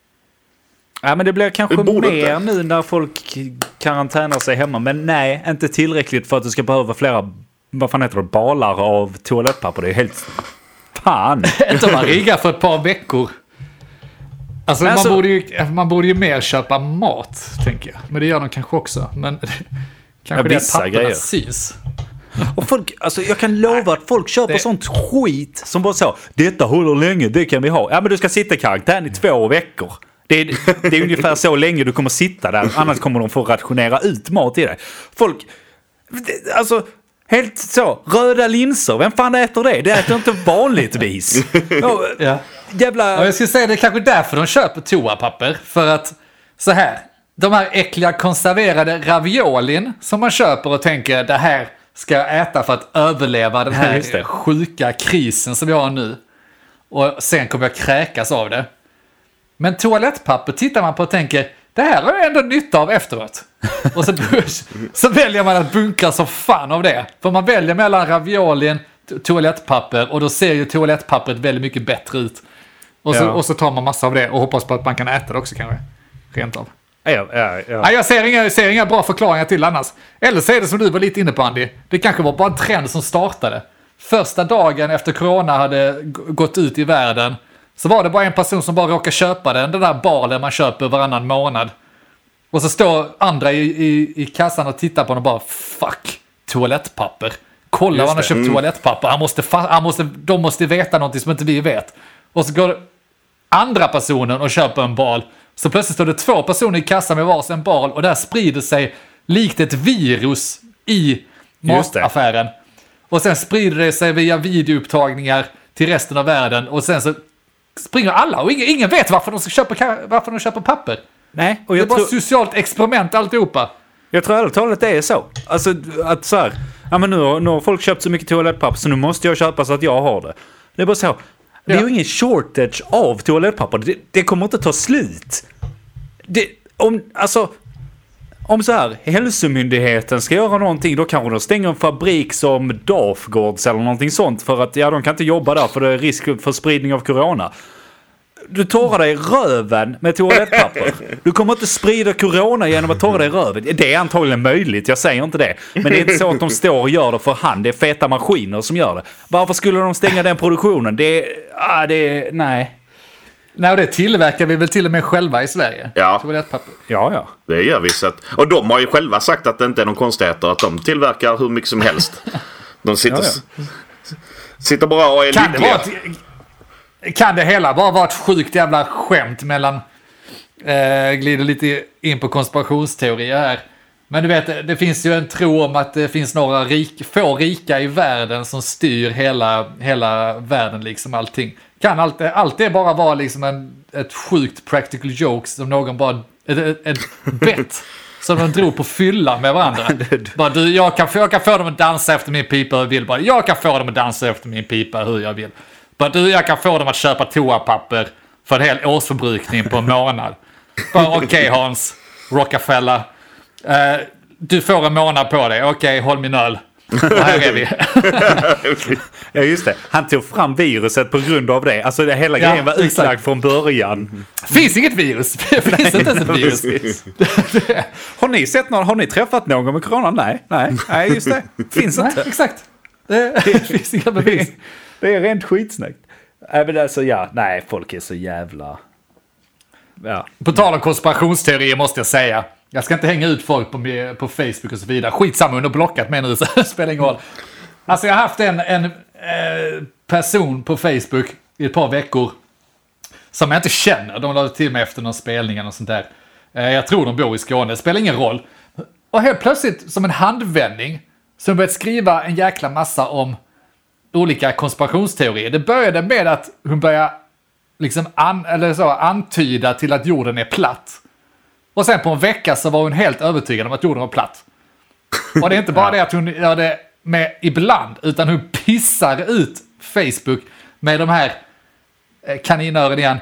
Ja men det blir kanske Det borde mer inte. nu när folk karantänar sig hemma. Men nej, inte tillräckligt för att du ska behöva flera, vad fan heter det, balar av toalettpapper. Det är helt... Fan! Inte om man riggar för ett par veckor. Alltså, Men man, alltså- borde ju, man borde ju mer köpa mat, tänker jag. Men det gör de kanske också. Men kanske Ja, det vissa att papperna grejer. sys. Och folk, alltså jag kan lova att folk köper det- sånt skit som bara så, detta håller länge, det kan vi ha. Ja men du ska sitta i karantän i två veckor. Det är, det är ungefär så länge du kommer sitta där, annars kommer de få rationera ut mat i dig. Folk, det- alltså helt så, röda linser, vem fan äter det? Det äter inte vanligtvis. Ja, Ja. jävla... Och jag skulle säga det är kanske därför de köper toapapper. För att, så här, de här äckliga konserverade raviolin som man köper och tänker det här ska jag äta för att överleva den Ja, just här det. sjuka krisen som vi har nu. Och sen kommer jag kräkas av det. Men toalettpapper tittar man på och tänker det här har jag ändå nytta av efteråt. Och så, så väljer man att bunkra så fan av det. För man väljer mellan raviolin, to- toalettpapper och då ser ju toalettpappret väldigt mycket bättre ut. Och så, Ja. och så tar man massa av det och hoppas på att man kan äta det också kanske. Rent av. Ja, ja, ja. Nej, jag ser inga, jag ser inga bra förklaringar till annars. Eller så är det som du var lite inne på Andy. Det kanske var bara en trend som startade. första dagen efter corona hade g- gått ut i världen så var det bara en person som bara råkade köpa den, den där balen man köper varannan månad. Och så står andra i, i, i kassan och tittar på den och bara fuck, toalettpapper. Kolla vad han har köpt mm. toalettpapper. Han måste, han måste, de måste veta någonting som inte vi vet. Och så går andra personen och köper en bal. Så plötsligt står det två personer i kassan med varsin bal och där sprider sig likt ett virus i mataffären. Och sen sprider det sig via videoupptagningar till resten av världen och sen så springer alla och ingen, ingen vet varför de ska köpa, varför de köper papper. Nej, och jag det är bara tror... ett socialt experiment alltihopa. Jag tror ärligt talat det är så. Alltså att så här, ja men nu har, nu har folk köpt så mycket toalettpapper så nu måste jag köpa så att jag har det. Det är bara så. Det är ju ingen shortage av toalettpapper. Det, det kommer inte ta slut. Det, om, alltså, om så här, hälsomyndigheten ska göra någonting, då kanske de stänger en fabrik som Dafgårds eller någonting sånt för att ja, de kan inte jobba där för det är risk för spridning av corona. Du torrar dig röven med toalettpapper. Du kommer inte sprida corona genom att torra dig röven. Det är antagligen möjligt, jag säger inte det. Men det är inte så att de står och gör det för hand. Det är feta maskiner som gör det. Varför skulle de stänga den produktionen? Det är... Ah, det är nej. Nej, det tillverkar vi väl till och med själva i Sverige. Ja. Toalettpapper. Ja, ja. Det gör vi. Så att, och de har ju själva sagt att det inte är någon konstigheter. Att de tillverkar hur mycket som helst. De sitter, ja, ja. sitter bara och är kan lyckliga. Det vara ett, kan det hela bara vara ett sjukt jävla skämt mellan... Eh, glider lite in på konspirationsteorier här. Men du vet, det finns ju en tro om att det finns några rik, få rika i världen som styr hela, hela världen, liksom allting. Kan allt, allt det bara vara liksom en, ett sjukt practical joke som någon bara... Ett, ett, ett bett som de drog på fylla med varandra. Bara, du, jag, kan, jag kan få dem att dansa efter min pipa hur jag vill. Bara, jag kan få dem att dansa efter min pipa hur jag vill. Bara, du, jag kan få dem att köpa toapapper för en hel årsförbrukning på en månad. Okej okay, Hans, Rockefeller. Uh, du får en månad på dig. Okej, okay, håll min öl. Och här är vi. Ja, just det. Han tog fram viruset på grund av det. Alltså det hela grejen ja, var utlagd från början. Finns inget virus. Det finns inte ens ett virus. Har ni sett någon? Har ni träffat någon med corona? Nej, nej, nej just det. Finns nej, inte. Exakt. Det, det finns inga bevis. Det är rent skitsnäckt. Nej, men alltså ja, nej, folk är så jävla... Ja. På tal om konspirationsteorier måste jag säga. Jag ska inte hänga ut folk på, på Facebook och så vidare. Skitsamma, under blockat med nu så det spelar ingen roll. Alltså jag har haft en, en eh, person på Facebook i ett par veckor som jag inte känner. De lade till mig efter någon spelning och sånt där. Eh, jag tror de bor i Skåne, det spelar ingen roll. Och helt plötsligt som en handvändning så har de börjat skriva en jäkla massa om olika konspirationsteorier. Det började med att hon började liksom an, eller så, antyda till att jorden är platt. Och sen på en vecka så var hon helt övertygad om att jorden var platt. Och det är inte bara det att hon gör det med ibland, utan hon pissar ut Facebook med de här kaninören igen.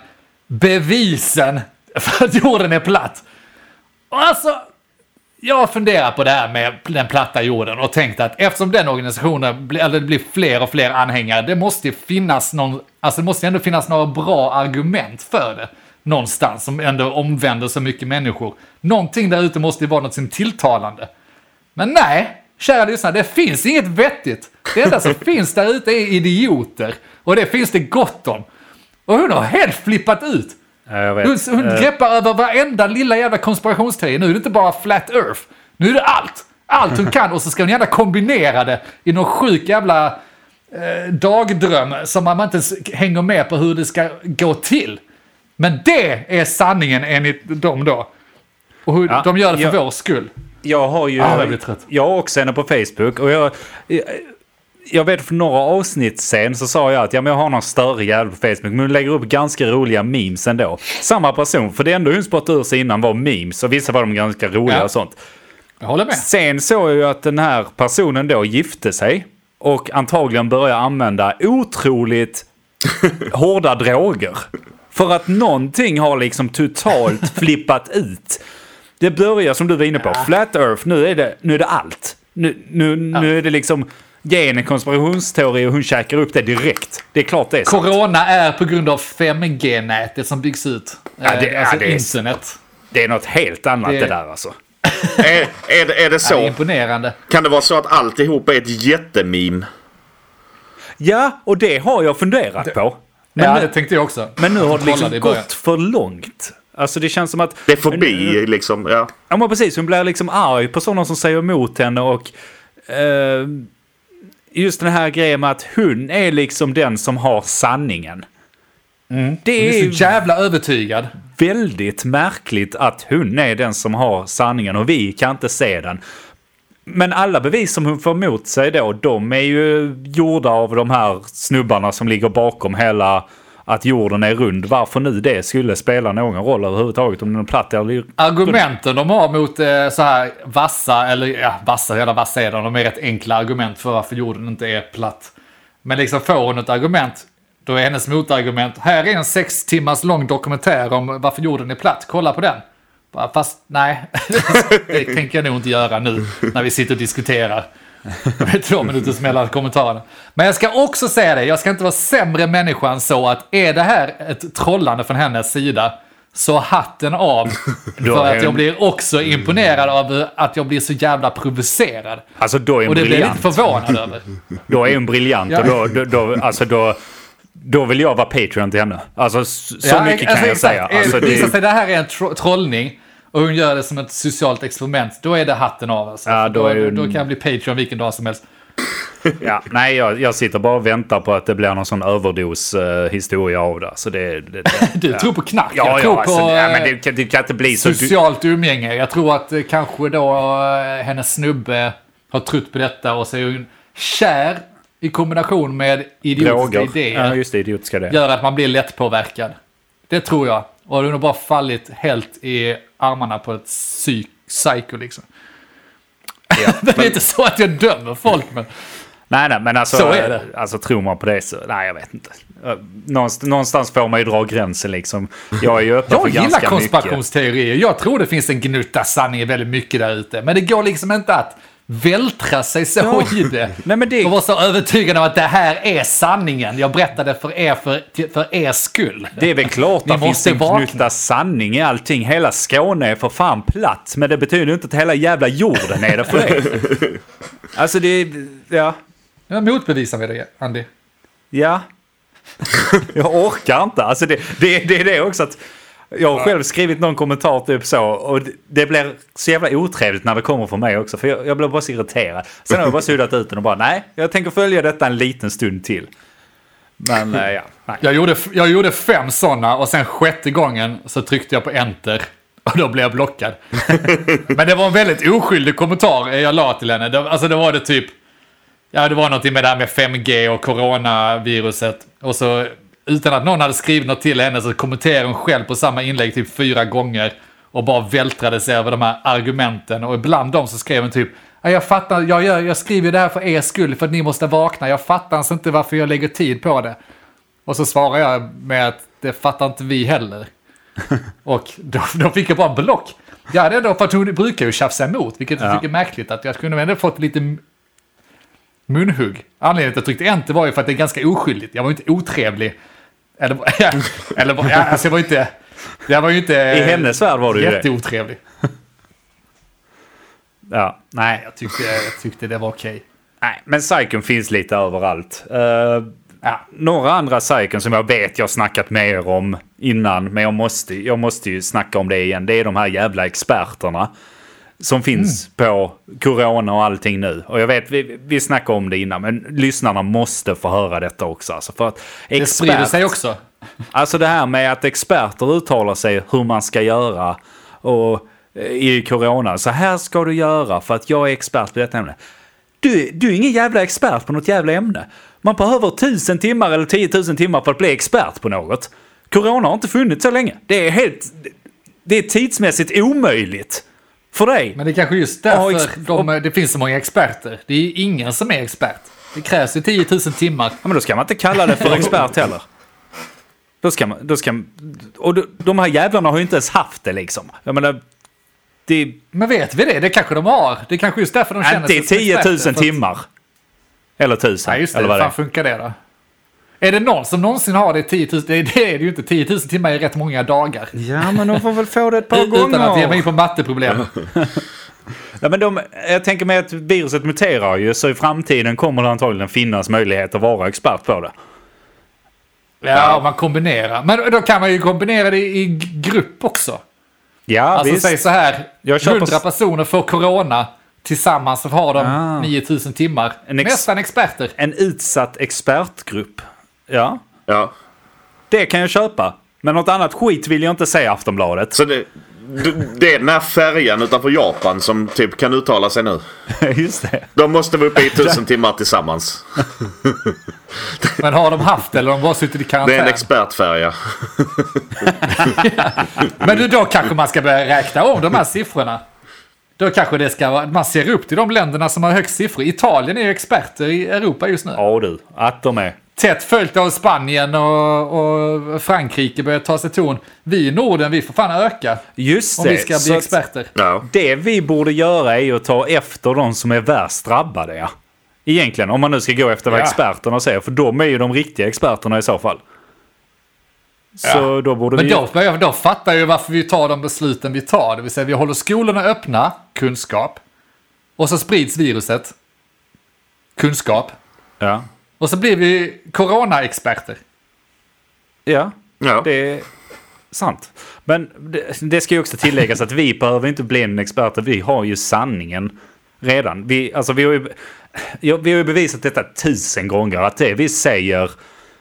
Bevisen för att jorden är platt. Och alltså, jag funderar på det här med den platta jorden och tänkte att eftersom den organisationen blir, eller det blir fler och fler anhängare, det måste finnas någon, alltså det måste ändå finnas några bra argument för det. Någonstans som ändå omvänder så mycket människor. Någonting där ute måste ju vara något som tilltalande. Men nej, kära lyssnare, det finns inget vettigt. Det enda som finns där ute är idioter. Och det finns det gott om. Och hon har helt flippat ut. Jag vet. Hon, hon greppar uh... över varenda lilla jävla konspirationsteori. Nu är det inte bara flat earth. Nu är det allt. Allt hon kan. Och så ska hon gärna kombinera det i någon sjuk jävla eh, dagdröm som man inte ens hänger med på hur det ska gå till. Men det är sanningen enligt dem då. Och hur ja, de gör det för jag, vår skull. Jag har ju... Ah, jag blir trött. Jag har också henne på Facebook. Och jag, jag, jag vet för några avsnitt sen så sa jag att ja, men jag har någon större jävla på Facebook. Men hon lägger upp ganska roliga memes ändå. Samma person. För det enda hon spottade ur sig innan var memes. Och vissa var de ganska roliga ja. och sånt. Jag håller med. Sen såg jag ju att den här personen då gifte sig. Och antagligen började använda otroligt hårda droger. För att någonting har liksom totalt flippat ut. Det börjar som du var inne på. Ja. Flat Earth, nu är det, nu är det allt. Nu, nu, ja. nu är det liksom gen en konspirationsteori och hon käkar upp det direkt. Det är klart det är sant. Corona är på grund av fem G-nätet som byggs ut. Ja, det, alltså ja, det är, internet. Det är något helt annat det, det där alltså. är, är, det, är det så? Ja, imponerande. Kan det vara så att alltihop är ett jättememe? Ja, och det har jag funderat det, på. Men ja, nu, det tänkte jag också. Men nu har det liksom det gått för långt. Alltså det känns som att... Det är förbi liksom, ja. Ja, men precis. Hon blir liksom arg på sådana som säger emot henne och... Eh, just den här grejen med att hon är liksom den som har sanningen. Mm. Det är, är så jävla övertygad. Väldigt märkligt att hon är den som har sanningen och vi kan inte se den. Men alla bevis som hon får emot sig då, de är ju gjorda av de här snubbarna som ligger bakom hela att jorden är rund. Varför nu det skulle spela någon roll överhuvudtaget om den är platt eller... Argumenten de har mot eh, så här vassa, eller ja, vassa, hela vassa är de, de är rätt enkla argument för varför jorden inte är platt. Men liksom får hon ett argument, då är hennes motargument, här är en sex timmars lång dokumentär om varför jorden är platt, kolla på den. Fast nej, det tänker jag nog inte göra nu när vi sitter och diskuterar. Det är två minuters mellan kommentarerna. Men jag ska också säga det, jag ska inte vara sämre människa än så att är det här ett trollande från hennes sida, så hatten av för att jag blir också imponerad av att jag blir så jävla provocerad. Alltså då är hon och det blir jag briljant. lite förvånad över. Då är hon briljant och då, då, då, alltså då, då vill jag vara Patreon till henne. Alltså så ja, mycket alltså, kan jag exakt. säga. Alltså, det visar det... sig det här är en tro- trollning och hon gör det som ett socialt experiment, då är det hatten av. Alltså. Ja, då, då, är då, hon... då kan jag bli Patreon vilken dag som helst. Ja, nej, jag, jag sitter bara och väntar på att det blir någon sån överdos uh, historia av det. Så det, det, det du ja. tror på knark, ja, jag ja, tror alltså, på ja, men det, kan, det kan inte bli så... socialt umgänge. Jag tror att eh, kanske då eh, hennes snubbe har trott på detta och så är hon kär i kombination med idiotiska Droger. idéer. Ja, just det, idiotiska det. Gör att man blir lättpåverkad. Det tror jag. Och hon har bara fallit helt i armarna på ett psyk, psycho liksom. Ja, det är men... inte så att jag dömer folk, men... Nej, nej, men alltså, så är det. Alltså tror man på det så... Nej, jag vet inte. Någonstans, någonstans får man ju dra gränsen liksom. Jag är ju öppen jag för ganska gillar konspirationsteorier. Jag tror det finns en gnutta sanning väldigt mycket där ute. Men det går liksom inte att vältra sig så ja. i det. Nej, men det... Och vara så övertygad om att det här är sanningen. Jag berättade för er för, för er skull. Det är väl klart att det finns en gnutta sanning i allting. Hela Skåne är för fan platt. Men det betyder inte att hela jävla jorden är det för er. Alltså det... Ja... Jag motbevisar med det, Andy. Ja. Jag orkar inte. Alltså det, det, det är det också att jag har själv skrivit någon kommentar typ så och det, det blir så jävla otrevligt när det kommer från mig också för jag, jag blir bara så irriterad. Sen har jag bara suddat ut den och bara nej, jag tänker följa detta en liten stund till. Men äh, ja, nej. Jag gjorde, jag gjorde fem sådana och sen sjätte gången så tryckte jag på enter. Och då blev jag blockad. Men det var en väldigt oskyldig kommentar jag la till henne. Det, alltså det var det typ... Ja, det var något med det här med fem G och coronaviruset. Och så utan att någon hade skrivit något till henne så kommenterade hon själv på samma inlägg typ fyra gånger. Och bara vältrade sig över de här argumenten. Och ibland dem så skrev hon typ... Ja, jag fattar, jag, jag, jag skriver det här för er skull för att ni måste vakna. Jag fattar alltså inte varför jag lägger tid på det. Och så svarar jag med att det fattar inte vi heller. Och då, då fick jag bara block. Ja, det är då för att hon brukar ju tjafsa emot. Vilket jag ja. tycker är märkligt. Att jag kunde ändå fått lite munhugg. Anledningen till att jag tryckte enter var ju för att det är ganska oskyldigt. Jag var ju inte otrevlig. Eller, ja, eller ja, alltså jag var ju inte... Jag var ju inte... I hennes värld var du ju det. Jätteotrevlig. Ja, nej. Jag tyckte, jag tyckte det var okej. Okay. Nej, men psykon finns lite överallt. Uh, ja. Några andra psykon som jag vet jag har snackat med er om innan, men jag måste, jag måste ju snacka om det igen. Det är de här jävla experterna som finns mm. på corona och allting nu. Och jag vet, vi, vi snackade om det innan, men lyssnarna måste få höra detta också. Alltså för att expert, det sprider sig också. Alltså det här med att experter uttalar sig hur man ska göra och i corona. Så här ska du göra för att jag är expert på detta ämne. Du, du är ingen jävla expert på något jävla ämne. Man behöver tusen timmar eller tiotusen timmar för att bli expert på något. Corona har inte funnits så länge. Det är helt... Det är tidsmässigt omöjligt för dig. Men det är kanske just därför oh, ex- de, det finns så många experter. Det är ingen som är expert. Det krävs ju tiotusen timmar. Ja, men då ska man inte kalla det för expert heller. Då ska man... Då ska, och de, de här jävlarna har ju inte ens haft det liksom. Jag menar... Det, men vet vi det? Det kanske de har. Det är kanske just därför de känner sig som experter. tiotusen timmar. Eller tusen. Ja, just det. Eller vad Hur det fan funkar det då? Är det någon som någonsin har det tiotusen? Det är det, är det ju inte. tiotusen timmar är rätt många dagar. Ja, men de får väl få det ett par gånger. Utan att ge mig in på matteproblem. Ja, men de, jag tänker mig att viruset muterar ju, så i framtiden kommer det antagligen finnas möjlighet att vara expert på det. Ja, om man kombinerar. Men då kan man ju kombinera det i grupp också. Ja, Alltså visst. säg så här, Jag köper- hundra personer får corona, tillsammans så har de Ah. nio tusen timmar. En ex- Nästan experter. En utsatt expertgrupp. Ja, Ja. det kan jag köpa. Men något annat skit vill jag inte säga Aftonbladet. Så det, det, det är den här färjan utanför Japan som typ kan uttala sig nu. Just det. De måste vara uppe i tusen timmar tillsammans. Men har de haft eller har de bara suttit i Det är karantän? en expertfärja. Men du, då kanske man ska börja räkna om de här siffrorna. Då kanske det ska vara, man ser upp till de länderna som har högst siffror. Italien är ju experter i Europa just nu. Ja du, att de är. Tätt följt av Spanien och, och Frankrike börjar ta sig ton. Vi i Norden, vi får fan öka. Just Om det. vi ska Så bli att experter. Ja. det vi borde göra är att ta efter de som är värst drabbade, ja. Egentligen, om man nu ska gå efter vad Ja. experterna säger. För de är ju de riktiga experterna i så fall. Så Ja. då borde Men vi... då, börjar- då fattar jag ju varför vi tar de besluten vi tar. Det vill säga vi håller skolorna öppna, kunskap. Och så sprids viruset, kunskap. Ja. Och så blir vi corona-experter. Ja, Ja. det är sant. Men det, det ska ju också tilläggas att vi behöver inte bli en expert. Vi har ju sanningen redan. Vi, alltså vi, har ju, ja, vi har ju bevisat detta tusen gånger. Att det vi säger...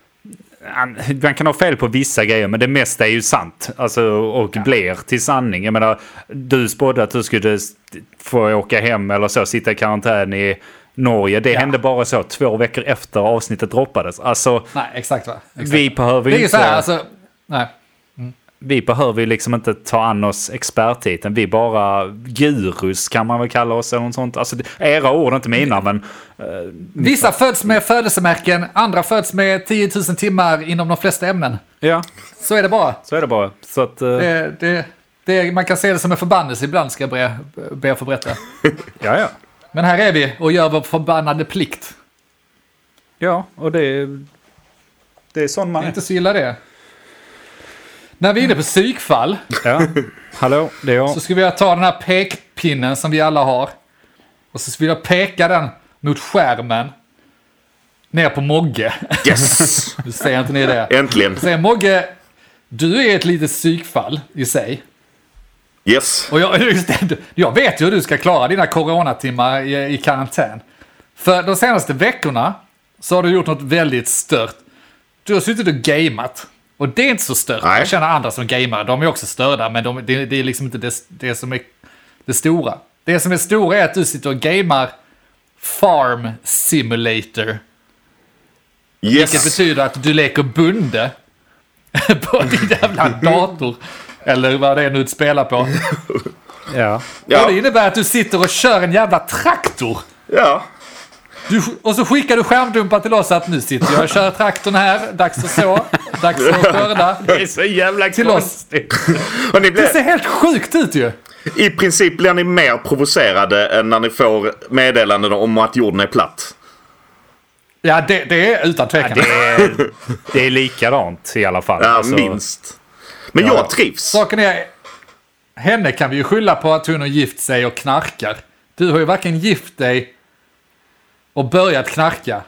Man kan ha fel på vissa grejer, men det mesta är ju sant. Alltså, och ja. blir till sanning. Jag menar, du spådde att du skulle få åka hem eller så, sitta i karantän i Norge. Det ja. hände bara så två veckor efter avsnittet droppades. Alltså, nej, exakt va? Exakt. Vi behöver det är ju inte... så här, alltså... Nej. Vi behöver ju liksom inte ta an oss experttiteln. Vi bara gurus kan man väl kalla oss eller något sånt. Alltså, era ord är inte mina, men... Uh, Vissa föds med födelsemärken, andra föds med tio tusen timmar inom de flesta ämnen. Ja. Så är det bara. Så är det bara. Så att, uh... det, det, det, man kan se det som en förbannelse ibland, ska jag be, be att få berätta. ja, ja. Men här är vi och gör vår förbannade plikt. Ja, och det är... Det är sån man är. är. Inte så illa det. När vi är inne på psykfall. Ja, hallå, det är jag. Så ska vi ta den här pekpinnen som vi alla har. Och så ska vi peka den mot skärmen. Ner på Mogge. Yes! Du säger inte ni det? Äntligen. Säger Mogge, du är ett litet psykfall i sig. Yes. Och jag, just det, jag vet ju hur du ska klara dina coronatimmar i, i karantän. För de senaste veckorna så har du gjort något väldigt stört. Du har suttit och gameat. Och det är inte så stört. Nej. Jag känner andra som gamer, de är också störda, men de, det, det är liksom inte det, det som är det stora. Det som är stora är att du sitter och gamar Farm Simulator. Yes. Vilket betyder att du leker bunde på din jävla dator. Eller vad det är nu du spelar på. Ja. Ja. Och det innebär att du sitter och kör en jävla traktor. Ja. Du, och så skickar du skärmdumpar till oss att nu sitter jag och kör traktorn här. Dags att så. Dags att skörda. Det är så jävla till konstigt. Och ni blir, Det ser helt sjukt ut ju. I princip blir ni mer provocerade än när ni får meddelanden om att jorden är platt. Ja, det, det är utan tvekan. Ja, det, är, det är likadant i alla fall. Ja, Alltså, minst. Men Ja. jag trivs. Saken är, henne kan vi ju skylla på att hon har gift sig och knarkar. Du har ju varken gift dig och börjat knarka.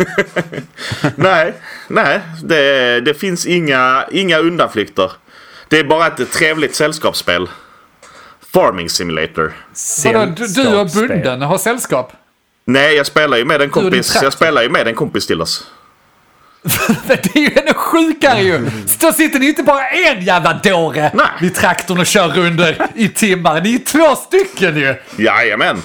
Nej, nej. Det, det finns inga, inga undanflykter. Det är bara ett trevligt sällskapsspel. Farming Simulator. Vadå, du, du och sällskapsspel. bunden har sällskap. Nej, jag spelar ju med en Du och din kompis. traktor. Jag spelar ju med en kompis till oss. Det är ju ännu sjukare ju. Då sitter ni inte bara en jävla dåre Nej. vid traktorn och kör runder i timmar. Ni är två stycken ju. Jajamän.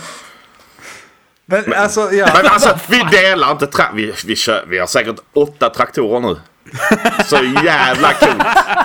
Men, alltså, ja. Men alltså, vi delar inte tra- vi, vi, kör, vi har säkert åtta traktorer nu. Så jävla coolt.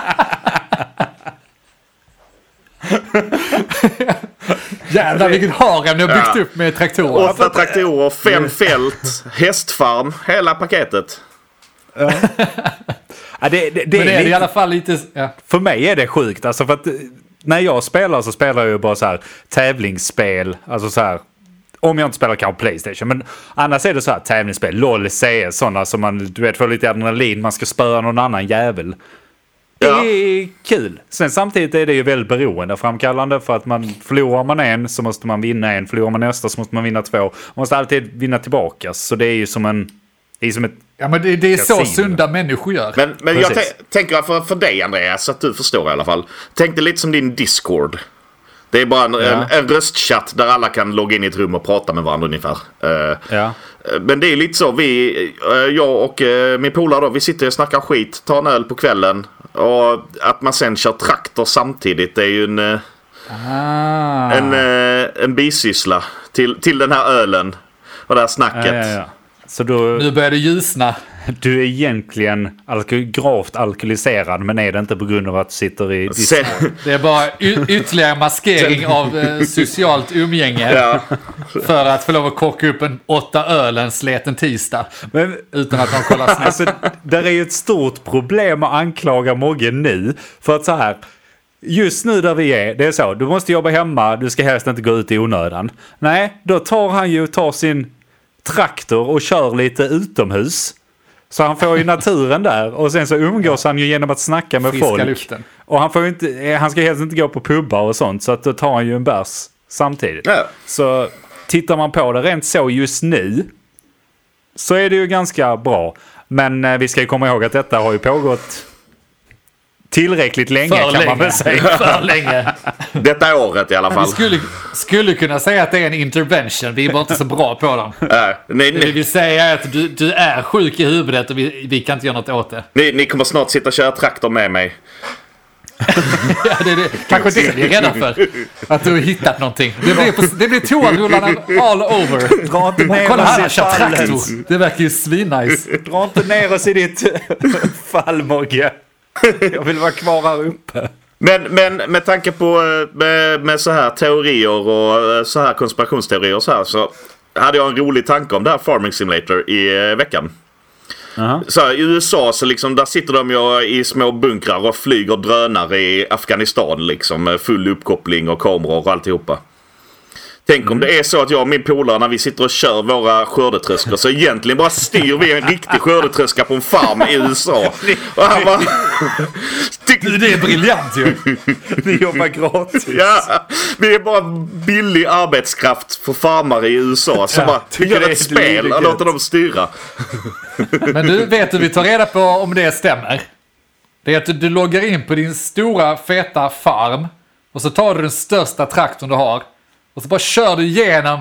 Jävlar vilken harem ni har byggt Ja. upp med traktorer. Åtta traktorer, fem fält, hästfarm, hela paketet. Ja, det, det, det Men det är är det lite, i alla fall lite... Ja. för mig är det sjukt. Alltså för att, när jag spelar så spelar jag ju bara så här tävlingsspel. Alltså så här, om jag inte spelar kanske PlayStation. Men annars är det så här tävlingsspel. LOL, C S, sådana som man du vet, får lite adrenalin. Man ska spöa någon annan jävel. det ja. är kul. Sen samtidigt är det ju väldigt beroendeframkallande för att man förlorar man en så måste man vinna en. Förlorar man nästa så måste man vinna två. Man måste alltid vinna tillbaka. Så det är ju som en... Det är som ett ja, men det, det är så sunda människor gör. Men, men jag t- tänker för, för dig, Andreas, så att du förstår i alla fall. Tänk dig lite som din Discord. Det är bara en, ja. en, en röstchatt där alla kan logga in i ett rum och prata med varandra ungefär. Uh, ja. Men det är lite så. Vi, uh, jag och uh, min polare då, vi sitter och snackar skit, tar en öl på kvällen. Och att man sen kör traktor samtidigt, det är ju en, uh, ah. en, uh, en bisyssla till, till den här ölen och det här snacket. Ja, ja, ja. Så då, nu börjar det ljusna. Du är egentligen alko- gravt alkoholiserad, men är det inte på grund av att du sitter i... Sen, det är bara y- ytterligare maskering av eh, socialt umgänge. Ja. För att få lov att kocka upp en åtta öl en sleten tisdag. Men, utan att de kollar snabbt. Alltså, där är ju ett stort problem att anklaga Mogge nu. För att så här... Just nu där vi är, det är så. Du måste jobba hemma, du ska helst inte gå ut i onödan. Nej, då tar han ju tar sin traktor och kör lite utomhus. Så han får ju naturen där. Och sen så umgås han ju genom att snacka med friska folk. Luften. Och han får ju inte, han ska helst inte gå på pubbar och sånt. Så att då tar han ju en bärs samtidigt. Ja. Så tittar man på det rent så just nu, så är det ju ganska bra. Men eh, vi ska ju komma ihåg att detta har ju pågått tillräckligt länge, för kan länge. man väl säga. För länge. Detta året i alla fall. Vi skulle, skulle kunna säga att det är en intervention. Vi är bara inte så bra på dem. Äh, nej, Det nej. vi vill säga är att du, du är sjuk i huvudet och vi, vi kan inte göra något åt det. Ni, ni kommer snart sitta och köra traktor med mig. Ja, det är det. Kanske det vi är rädda för. Att du har hittat någonting. Det blir, på, det blir toarullarna all over. Dra inte ner Kolla oss här, i han kör fallet. traktor. Det verkar ju svinnice. Dra inte ner oss i ditt fall, Mogge. Jag vill vara kvar här uppe. Men, men med tanke på med, med så här teorier och så här konspirationsteorier och så här, så hade jag en rolig tanke om det här Farming Simulator i eh, veckan. Uh-huh. Så här, i U S A så liksom, där sitter de ju i små bunkrar och flyger drönare i Afghanistan liksom, med full uppkoppling och kameror och alltihopa. Tänk mm. om det är så att jag och min polare, när vi sitter och kör våra skördetröskor, så egentligen bara styr vi en riktig skördetröska på en farm i U S A. Och han bara... Du, det är briljant ju. Vi jobbar gratis. Ja, vi är bara billig arbetskraft för farmare i U S A som ja, bara gör ett spel och låter dem styra. Men du, vet du, vi tar reda på om det stämmer. Det är att du, du loggar in på din stora feta farm och så tar du den största traktorn du har och så bara kör du genom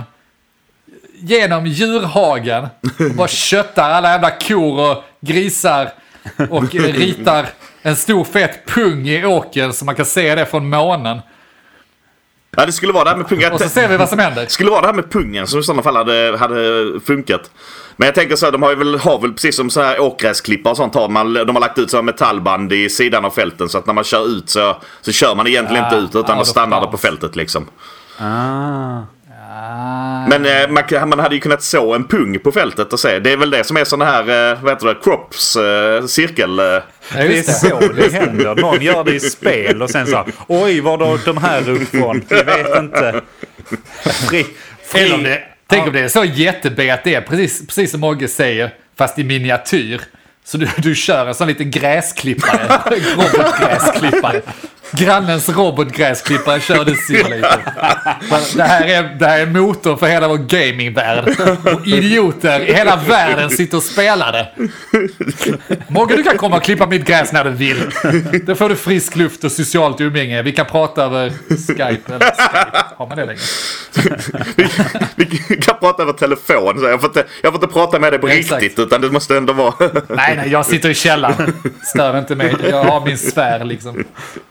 genom djurhagen och bara köttar alla jävla kor och grisar och ritar en stor fet pung i åkern så man kan se det från månen. Ja, det skulle vara det här med pungen. Och så ser vi vad som händer. Det skulle vara det här med pungen som i sådana fall hade, hade funkat. Men jag tänker så här, de har ju väl, har väl precis som så här åkgräsklippar och sånt har man, de har lagt ut så här metallband i sidan av fälten så att när man kör ut så, så kör man egentligen ja, inte ut utan ja, då stannar det på fältet liksom. Ah. Ah. Men eh, man, man hade ju kunnat så en pung på fältet och se. Det är väl det som är såna här, eh, vad heter det, crops, eh, cirkel. Eh. Ja, det är så det händer. Någon gör det i spel och sen så, oj, var då de här uppifrån? Vi vet inte. Fri, fri. Eller om det, tänk om det är så jätte-B att det är precis, precis som Mogge säger, fast i miniatyr. Så du, du kör en sån liten gräsklippare, robotgräsklippare. Grannens robotgräsklippare körde simulator. Det här är det här är motorn för hela vår gamingvärld. Och idioter i hela världen sitter och spelar det. Mogge, du kan komma och klippa mitt gräs när du vill. Då får du frisk luft och socialt umgänge. Vi kan prata över Skype. Eller Skype. Har man det längre? vi, vi kan prata över telefon. Så jag, får inte, jag får inte prata med dig på Exakt. riktigt, utan det måste ändå vara... nej, nej, jag sitter i källaren. Stör inte mig. Jag har min sfär liksom.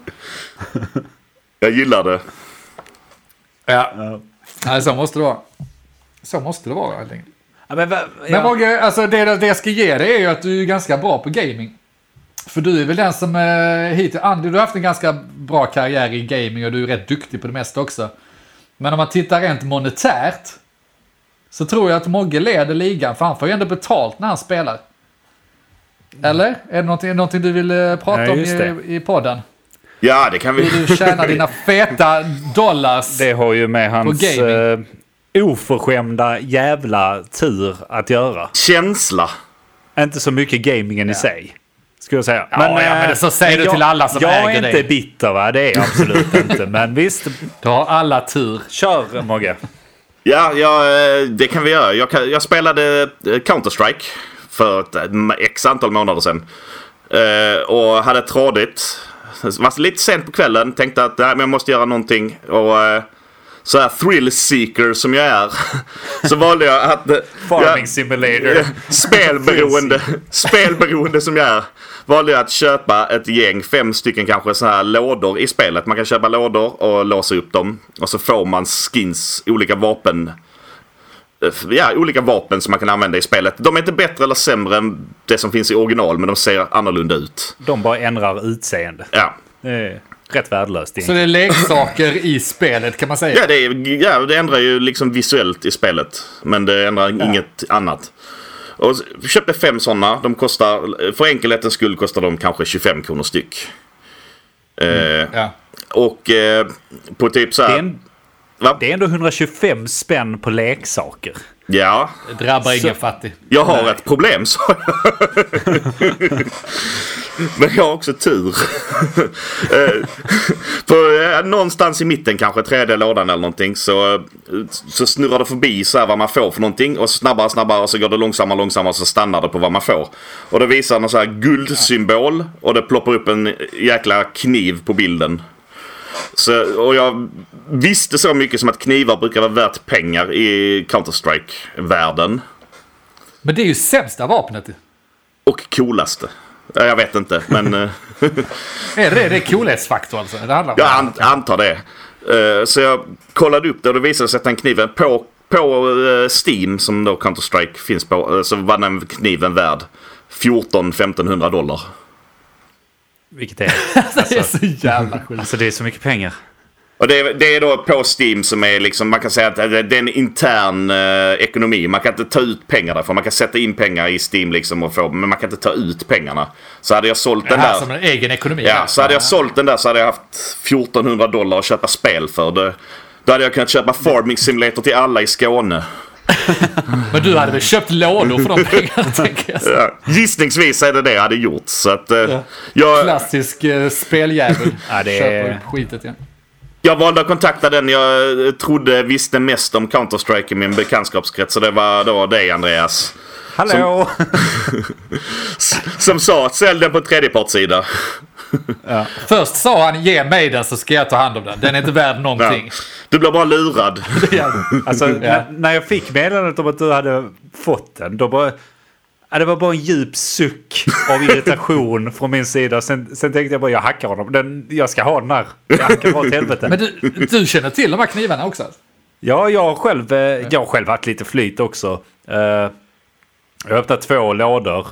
Jag gillar det. Ja, nej, så måste det vara. Så måste det vara helt enkelt. Ja, men va, ja. Men Mogge, alltså det, det jag ska ge dig är ju att du är ganska bra på gaming. För du är väl den som eh, hittills... Andy, du har haft en ganska bra karriär i gaming och du är rätt duktig på det mesta också. Men om man tittar rent monetärt så tror jag att Mogge leder ligan, för han får ju ändå betalt när han spelar. Eller? Är det någonting, någonting du vill eh, prata ja, om i, i podden? Ja, det kan vi. Hur du tjänar dina feta dollars. Det har ju med hans eh, oförskämda jävla tur att göra. Känsla. Inte så mycket gamingen ja. i sig. Skulle jag säga. Men, ja, ja, men det så säger du jag, till alla som jag äger är dig. inte bitter, va? Det är jag absolut inte. Men visst, Du har alla tur. kör Mogge. Ja, ja, det kan vi göra. Jag, kan, jag spelade Counter-Strike för ett x antal månader sedan. Uh, och hade trådigt. Var lite sent på kvällen. Tänkte att nej, men jag måste göra någonting. Och uh, så här thrill seeker som jag är. Så valde jag att... Uh, Farming ja, simulator. Uh, spelberoende, spelberoende som jag är. Valde jag att köpa ett gäng, fem stycken kanske så här lådor i spelet. Man kan köpa lådor och låsa upp dem. Och så får man skins, olika vapen... Ja, olika vapen som man kan använda i spelet. De är inte bättre eller sämre än det som finns i original, men de ser annorlunda ut. De bara ändrar utseende. Ja. Det är rätt värdelöst. Så det är leksaker i spelet kan man säga? Ja, det, är, ja, det ändrar ju liksom visuellt i spelet. Men det ändrar ja. inget annat. Och vi köpte fem sådana. De kostar, för enkelhetens skull kostar de kanske tjugofem kronor styck. Mm. Eh, ja. Och eh, på typ så här... Det är, en, det är ändå hundratjugofem spänn på leksaker. Ja. Det drabbar så, ingen fattig. Jag har Nej. ett problem, så men jag har också tur. För eh, någonstans i mitten, kanske tredje lådan eller någonting, så, så snurrar det förbi så här vad man får för någonting. Och snabbare, snabbare, och så går det långsammare, långsammare, och så stannar det på vad man får. Och då visar någon så här guldsymbol, och det ploppar upp en jäkla kniv på bilden. Så, och jag visste så mycket som att knivar brukar vara värt pengar i Counter-Strike-världen. Men det är ju sämsta vapnet. Och coolaste. Jag vet inte, men... är det det? Det är coolhetsfaktor alltså? Det handlar om jag an- antar det. Uh, så jag kollade upp det, och det visade sig att den kniven på, på uh, Steam, som då Counter-Strike finns på, uh, så var den kniven värd fjorton till femtonhundra dollar. Vilket är... Alltså, det är så jävla sjukt. Alltså det är så mycket pengar. Och det är, det är då på Steam som är liksom, man kan säga att det är en intern eh, ekonomi. Man kan inte ta ut pengar därför. Man kan sätta in pengar i Steam liksom och få, men man kan inte ta ut pengarna. Så hade jag sålt den där... som en egen ekonomi. Ja, så hade jag sålt den där så hade jag haft fjortonhundra dollar att köpa spel för. Det, då hade jag kunnat köpa Farming Simulator till alla i Skåne. Men du hade väl köpt lådor för de pengarna, tänker jag. Ja, gissningsvis är det det jag hade gjort. Så att, eh, ja. jag, Klassisk eh, speljävel. Ja, det Köper är... upp skitet igen. Jag valde att kontakta den jag trodde visste mest om Counter-Strike i min bekantskapskrets. Så det var då dig, Andreas. Hallå! Som, som sa att sälj den på tredjepartssida. Ja. Först sa han, ge mig den så ska jag ta hand om den. Den är inte värd någonting. Ja. Du blev bara lurad. Alltså, ja. när, när jag fick meddelandet om att du hade fått den, då bara... Ja, det var bara en djup suck av irritation från min sida. Sen, sen tänkte jag bara, jag hackar honom. Den, jag ska ha den här. Jag hackar bara till helvete. Men du, du känner till de här knivarna också? Ja, jag har själv, jag har själv haft lite flyt också. Jag har öppnat två lådor.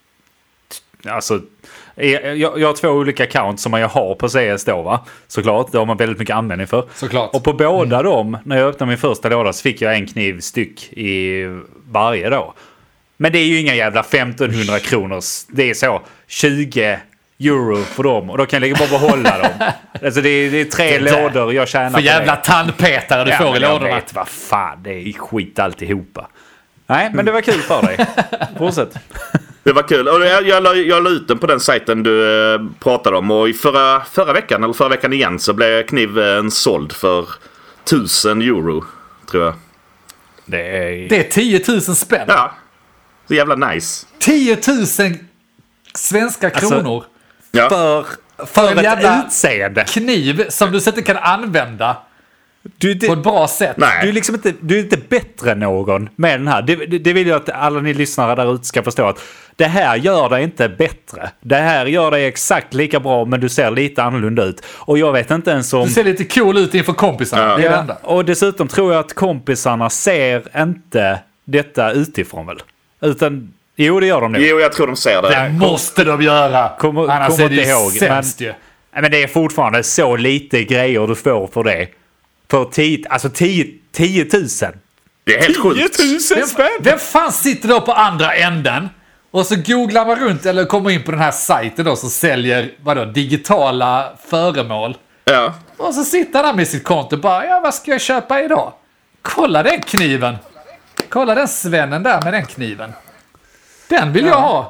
Alltså, jag, jag har två olika accounts som jag har på C S då, va? Såklart, det har man väldigt mycket användning för. Såklart. Och på båda mm. dem, när jag öppnade min första låda, så fick jag en kniv styck i varje då. Men det är ju inga jävla femtonhundra kronors. Det är så tjugo euro för dem. Och då kan jag lägga bara behålla dem. Alltså det är, det är tre det lådor jag tjänar för jävla det. Tandpetare du ja, får i lådorna. Jag vet vad fan, det är skit alltihopa. Nej, men det var kul för dig. Fortsätt. Det var kul. Och jag, jag, la, jag la ut den på den sajten du eh, pratade om. Och i förra, förra veckan, eller förra veckan igen, så blev kniven såld för tusen euro, tror jag. Det är, det är tio tusen spänn. Ja. Så jävla nice. tio tusen svenska kronor. Alltså, ja. För, för, för en jävla utseende. Kniv som du inte kan använda du, det, på ett bra sätt. Nej. Du är liksom inte, du är inte bättre än någon med den här. Det, det, det vill jag att alla ni lyssnare där ute ska förstå. Att det här gör dig inte bättre. Det här gör dig exakt lika bra, men du ser lite annorlunda ut. Och jag vet inte ens om... Du ser lite cool ut inför kompisarna. Ja. Det är det Ja. enda. Och dessutom tror jag att kompisarna ser inte detta utifrån väl. Utan, jo det gör de nu. Jo, jag tror de ser det. Det måste de göra. Kom, Annars kom är det ju ihåg. sämst men, ju. men det är fortfarande så lite grejer du får för det. För tio, alltså tio tusen. Det är helt sjukt. tio tusen spänn! Vem, vem fan sitter då på andra änden? Och så googlar man runt eller kommer in på den här sajten då som säljer vadå, digitala föremål. Ja. Och så sitter han med sitt konto och bara, ja vad ska jag köpa idag? Kolla den kniven. Kolla den svennen där med den kniven. Den vill ja. jag ha.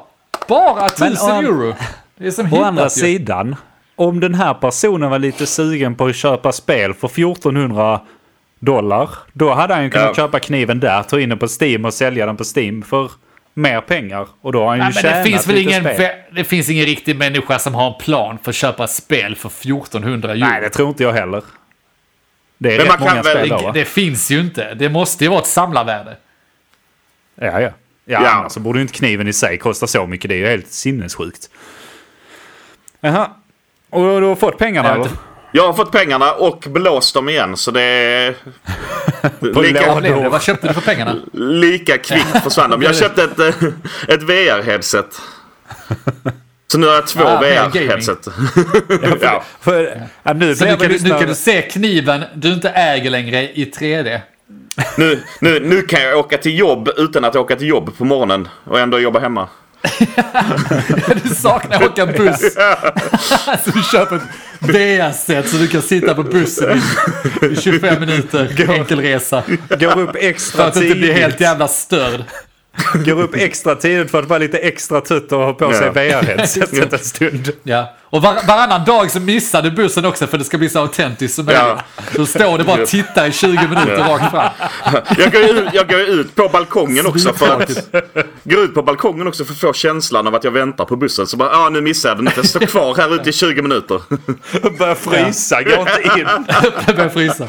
Bara tusen Men, euro. Det är som Å andra hittat ju. sidan, om den här personen var lite sugen på att köpa spel för fjortonhundra dollar, då hade han ju kunnat Ja. köpa kniven där, ta in den på Steam och sälja den på Steam för mer pengar. Och då har han ju Nej, men tjänat det finns väl lite ingen, spel. vä- det finns ingen riktig människa som har en plan för att köpa spel för fjortonhundra euro. Nej, det tror inte jag heller. Det är Men rätt man kan många väl- spel då, det, va? det finns ju inte. Det måste ju vara ett samlarvärde. Ja, ja. Ja, Ja. annars så borde ju inte kniven i sig kosta så mycket. Det är ju helt sinnessjukt. Jaha. Och du har fått pengarna, Jag eller? vet inte. Jag har fått pengarna och blåst dem igen, så det är... På lika, Vad blev det? Vad köpte du för pengarna? lika kvickt försvann de. Jag köpte ett, eh, ett V R-headset. Så nu har jag två Ah, mer V R-headset. Ja. För, ja, nu Så blir nu kan, det du, nu kan du se kniven du inte äger längre i tre D. Nu, nu, nu kan jag åka till jobb utan att åka till jobb på morgonen och ändå jobba hemma. Du saknar att åka buss. Så du köper ett V R-set så du kan sitta på bussen i, i tjugofem minuter. Enkelresa. går upp För extra att inte bli tidigt. helt jävla störd. Går upp extra tidigt för att vara lite extra trött och ha på sig Ja. V R-headsetet en stund. Ja. Och var, varannan dag så missar du bussen också för det ska bli så autentiskt som möjligt. Ja. Så står det bara och tittar i tjugo minuter rakt fram. Jag går, ut, jag går ut på balkongen också för att... Går ut på balkongen också för att få känslan av att jag väntar på bussen. Så bara, ja ah, nu missar jag den. Jag står kvar här ute i tjugo minuter. Börjar frysa, går inte in. Jag börjar frysa.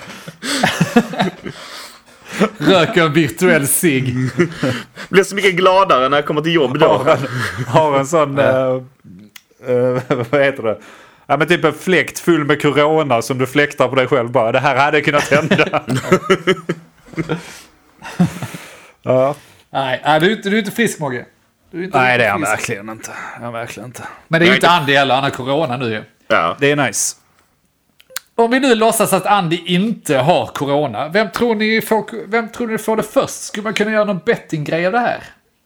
Röker en virtuell cigg. Blir så mycket gladare när jag kommer till jobb då. Har en, har en sån... eh, eh, vad heter det? Ja, men typ en fläkt full med corona som du fläktar på dig själv bara. Det här hade kunnat hända. Ja. Nej, nej, du, är inte- du är inte frisk, Mogge. Du är inte Nej, det är riktigt han frisk. verkligen inte. Det är han verkligen inte. Men det är ju Nej, inte det- Andy heller, han har corona nu ju. Ja. Det är nice. Om vi nu låtsas att Andy inte har corona, vem tror ni får, vem tror ni får det först? Skulle man kunna göra någon bettinggrej av det här?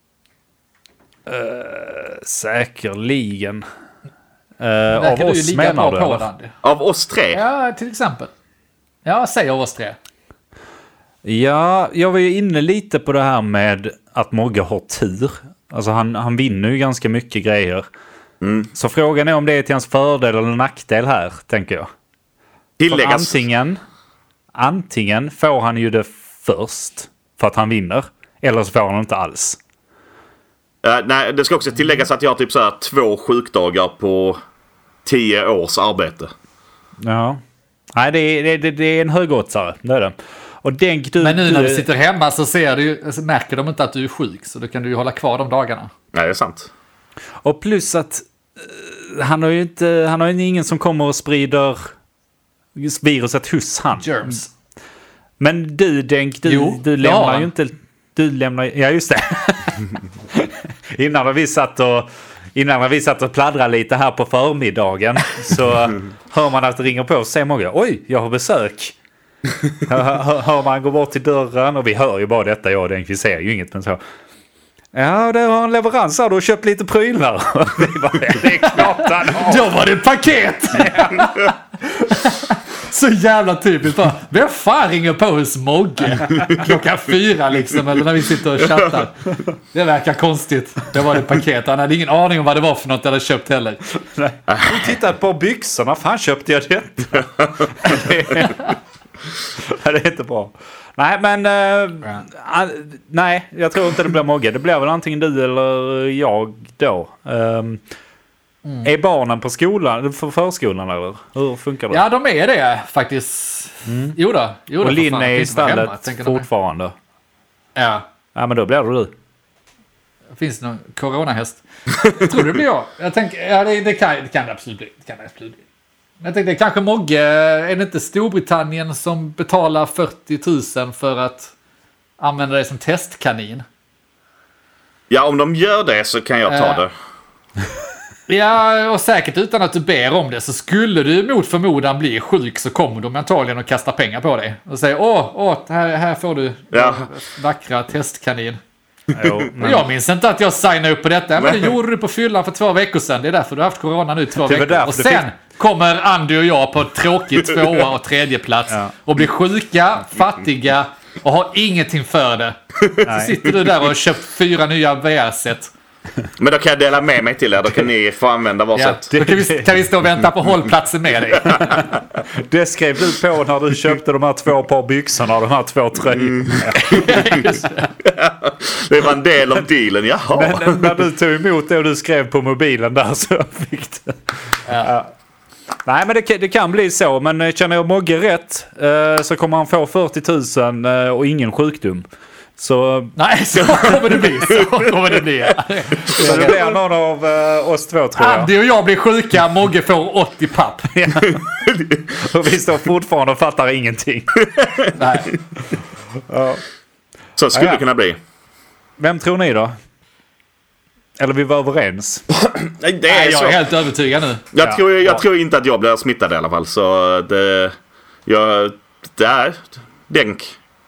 Säkerligen. Uh, Verkar av du ju oss lika menar bra du? på eller? det, Andy. Av oss tre? Ja, till exempel. Ja, säg av oss tre. Ja, jag var ju inne lite på det här med att Mogge har tur. Alltså han, han vinner ju ganska mycket grejer. Mm. Så frågan är om det är till hans fördel eller nackdel här, tänker jag. För Tilläggas. antingen, antingen får han ju det först för att han vinner. Eller så får han inte alls. Uh, nej, det ska också tilläggas att jag har typ så här två sjukdagar på tio års arbete. Ja. Nej, det är, det, det är en högoddsare. Det är det. Och den, du, Men nu när du- du sitter hemma så ser du, så märker de inte att du är sjuk, så då kan du ju hålla kvar de dagarna. Nej, det är sant. Och plus att eh, han har ju inte, han har ju ingen som kommer och sprider viruset hos han. Germs. Men du Denk, du, Jo, du ja. lämnar ju inte, du lämnar, ja just det. innan vi satt och Innan vi satt och pladdrade lite här på förmiddagen så hör man att det ringer på och säger många, oj, jag har besök. hör, hör, hör man gå bort till dörren och vi hör ju bara detta, jag och Denk, vi ser ju inget, men så. Ja, det har en leverans här, du har köpt lite prylar. Vi bara, ja, det är klart han har. Då var det ett paket! Så jävla typiskt bara. Vem fan ringer på hos Mogge? Klockan fyra liksom, eller när vi sitter och chattar. Det verkar konstigt. Det var ett paket. Han hade ingen aning om vad det var för något jag hade köpt heller. Du tittar på byxorna, fan köpte jag detta? det, är, det är inte bra. Nej, men uh, uh, nej, jag tror inte det blir Mogge. Det blir väl antingen du eller jag då. Um, mm. Är barnen på skolan, för förskolan eller? Hur funkar det? Ja, de är det faktiskt. Mm. Jo då. Jo då, och Linn fan. är i Finns det hemma, stallet tänker de. fortfarande. Ja. Ja, men då blir det du. Finns det någon coronahäst? Jag tror det blir jag. Jag tänker, ja det, det, kan, det kan det absolut bli. Det kan det absolut bli. Men jag tänkte, kanske Mogge, är det inte Storbritannien som betalar fyrtio tusen för att använda det som testkanin? Ja, om de gör det så kan jag ta Äh. det. Ja, och säkert utan att du ber om det, så skulle du mot förmodan bli sjuk så kommer de antagligen att kasta pengar på dig. Och säga, åh, åh här, här får du Ja. vackra testkanin. Jo, Och men jag minns inte att jag signade upp på detta, men det gjorde du på fyllan för två veckor sedan. Det är därför du har haft corona nu i två Det var veckor. därför Och du sen fick- kommer Andy och jag på tråkigt tvåa och tredje plats Ja. och blir sjuka, fattiga och har ingenting för det. Så sitter du där och har köpt fyra nya V R-set. Men då kan jag dela med mig till er. Då kan ni få använda varsitt. Ja, då kan vi, kan vi stå och vänta på hållplatsen med dig. Det skrev du på när du köpte de här två par byxorna och de här två tröjorna. Det var en del av dealen, jaha. Men när du tog emot det och du skrev på mobilen där så fick du. Ja. Ja. Nej, men det, det kan bli så. Men känner jag Mogge rätt eh, så kommer han få fyrtio tusen eh, och ingen sjukdom. Så... Nej, så kommer det bli. Så kommer det bli. Så det blir någon av uh, oss två, tror jag. Andy och jag blir sjuka, Mogge får åttio papp. Ja. Och vi står fortfarande och fattar ingenting. Nej. Ja. Så skulle Ja, ja. det kunna bli. Vem tror ni då? Eller vi var överens? Nej, det är Nej, jag så. är helt övertygad nu. Jag, Ja. tror, jag Ja. tror inte att jag blir smittad i alla fall. Så det... Jag... Det är... Denk.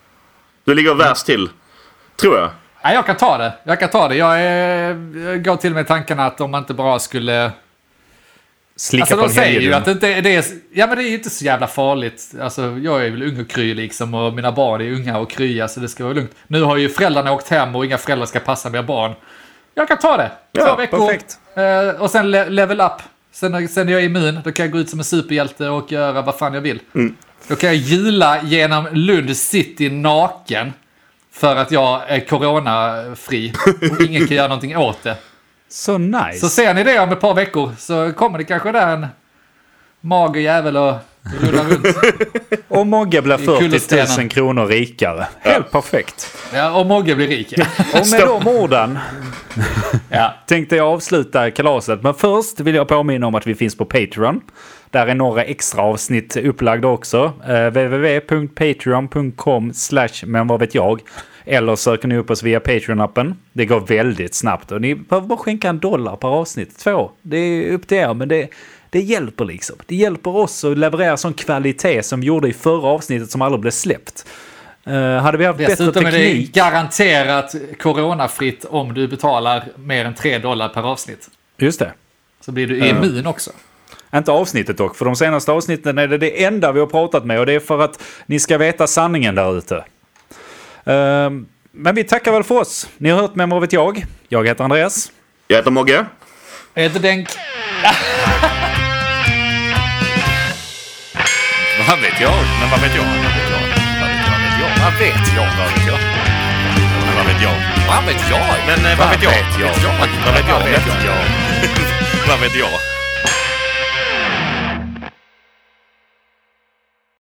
Du ligger värst till. Tror jag. Nej, jag kan ta det. Jag kan ta det. Jag, är, jag går till med tankarna att om man inte bara skulle... Slicka Alltså på de en säger ju helgedum. att det inte det är... Ja, men det är ju inte så jävla farligt. Alltså, jag är väl ung och kry liksom och mina barn är unga och krya så det ska vara lugnt. Nu har ju föräldrarna åkt hem och inga föräldrar ska passa med barn. Jag kan ta det. Två Ja, veckor. perfekt. Eh, och sen le- level up. Sen, sen är jag immun. Då kan jag gå ut som en superhjälte och göra vad fan jag vill. Mm. Då kan jag gila genom Lund city naken. För att jag är coronafri. Och ingen kan göra någonting åt det. Så nice. Så ser ni det om ett par veckor så kommer det kanske där en mager jävel och rullar runt. Och Mogge blir fyrtio kullerstenen. tusen kronor rikare. Helt perfekt. Ja, och Mogge blir rik. Och med de orden Ja. tänkte jag avsluta kalaset. Men först vill jag påminna om att vi finns på Patreon. Där är några extra avsnitt upplagda också. Eh, w w w punkt patreon punkt com slash men vad vet jag. Eller söker ni upp oss via Patreon-appen. Det går väldigt snabbt. Och ni behöver bara skänka en dollar per avsnitt. Två. Det är upp till er. Men det, det hjälper liksom. Det hjälper oss att leverera sån kvalitet som vi gjorde i förra avsnittet som aldrig blev släppt. Uh, hade vi haft Dessutom bättre är det teknik... garanterat coronafritt om du betalar mer än tre dollar per avsnitt. Just det. Så blir du immun också. Inte avsnittet dock, för de senaste avsnitten är det det enda vi har pratat med och det är för att ni ska veta sanningen där ute. Uh, men vi tackar väl för oss. Ni har hört med vad vet jag. Jag heter Andreas. Jag heter Mogge. Jag heter Denk. Vad vet jag? Men vad vet jag? Vad vet jag? Vad vet jag? Vad vet jag? Vad vet jag? Vad vet jag? Men vad vet jag? Vad vet jag? Vad vet jag? Vad vet jag? Vad vet jag?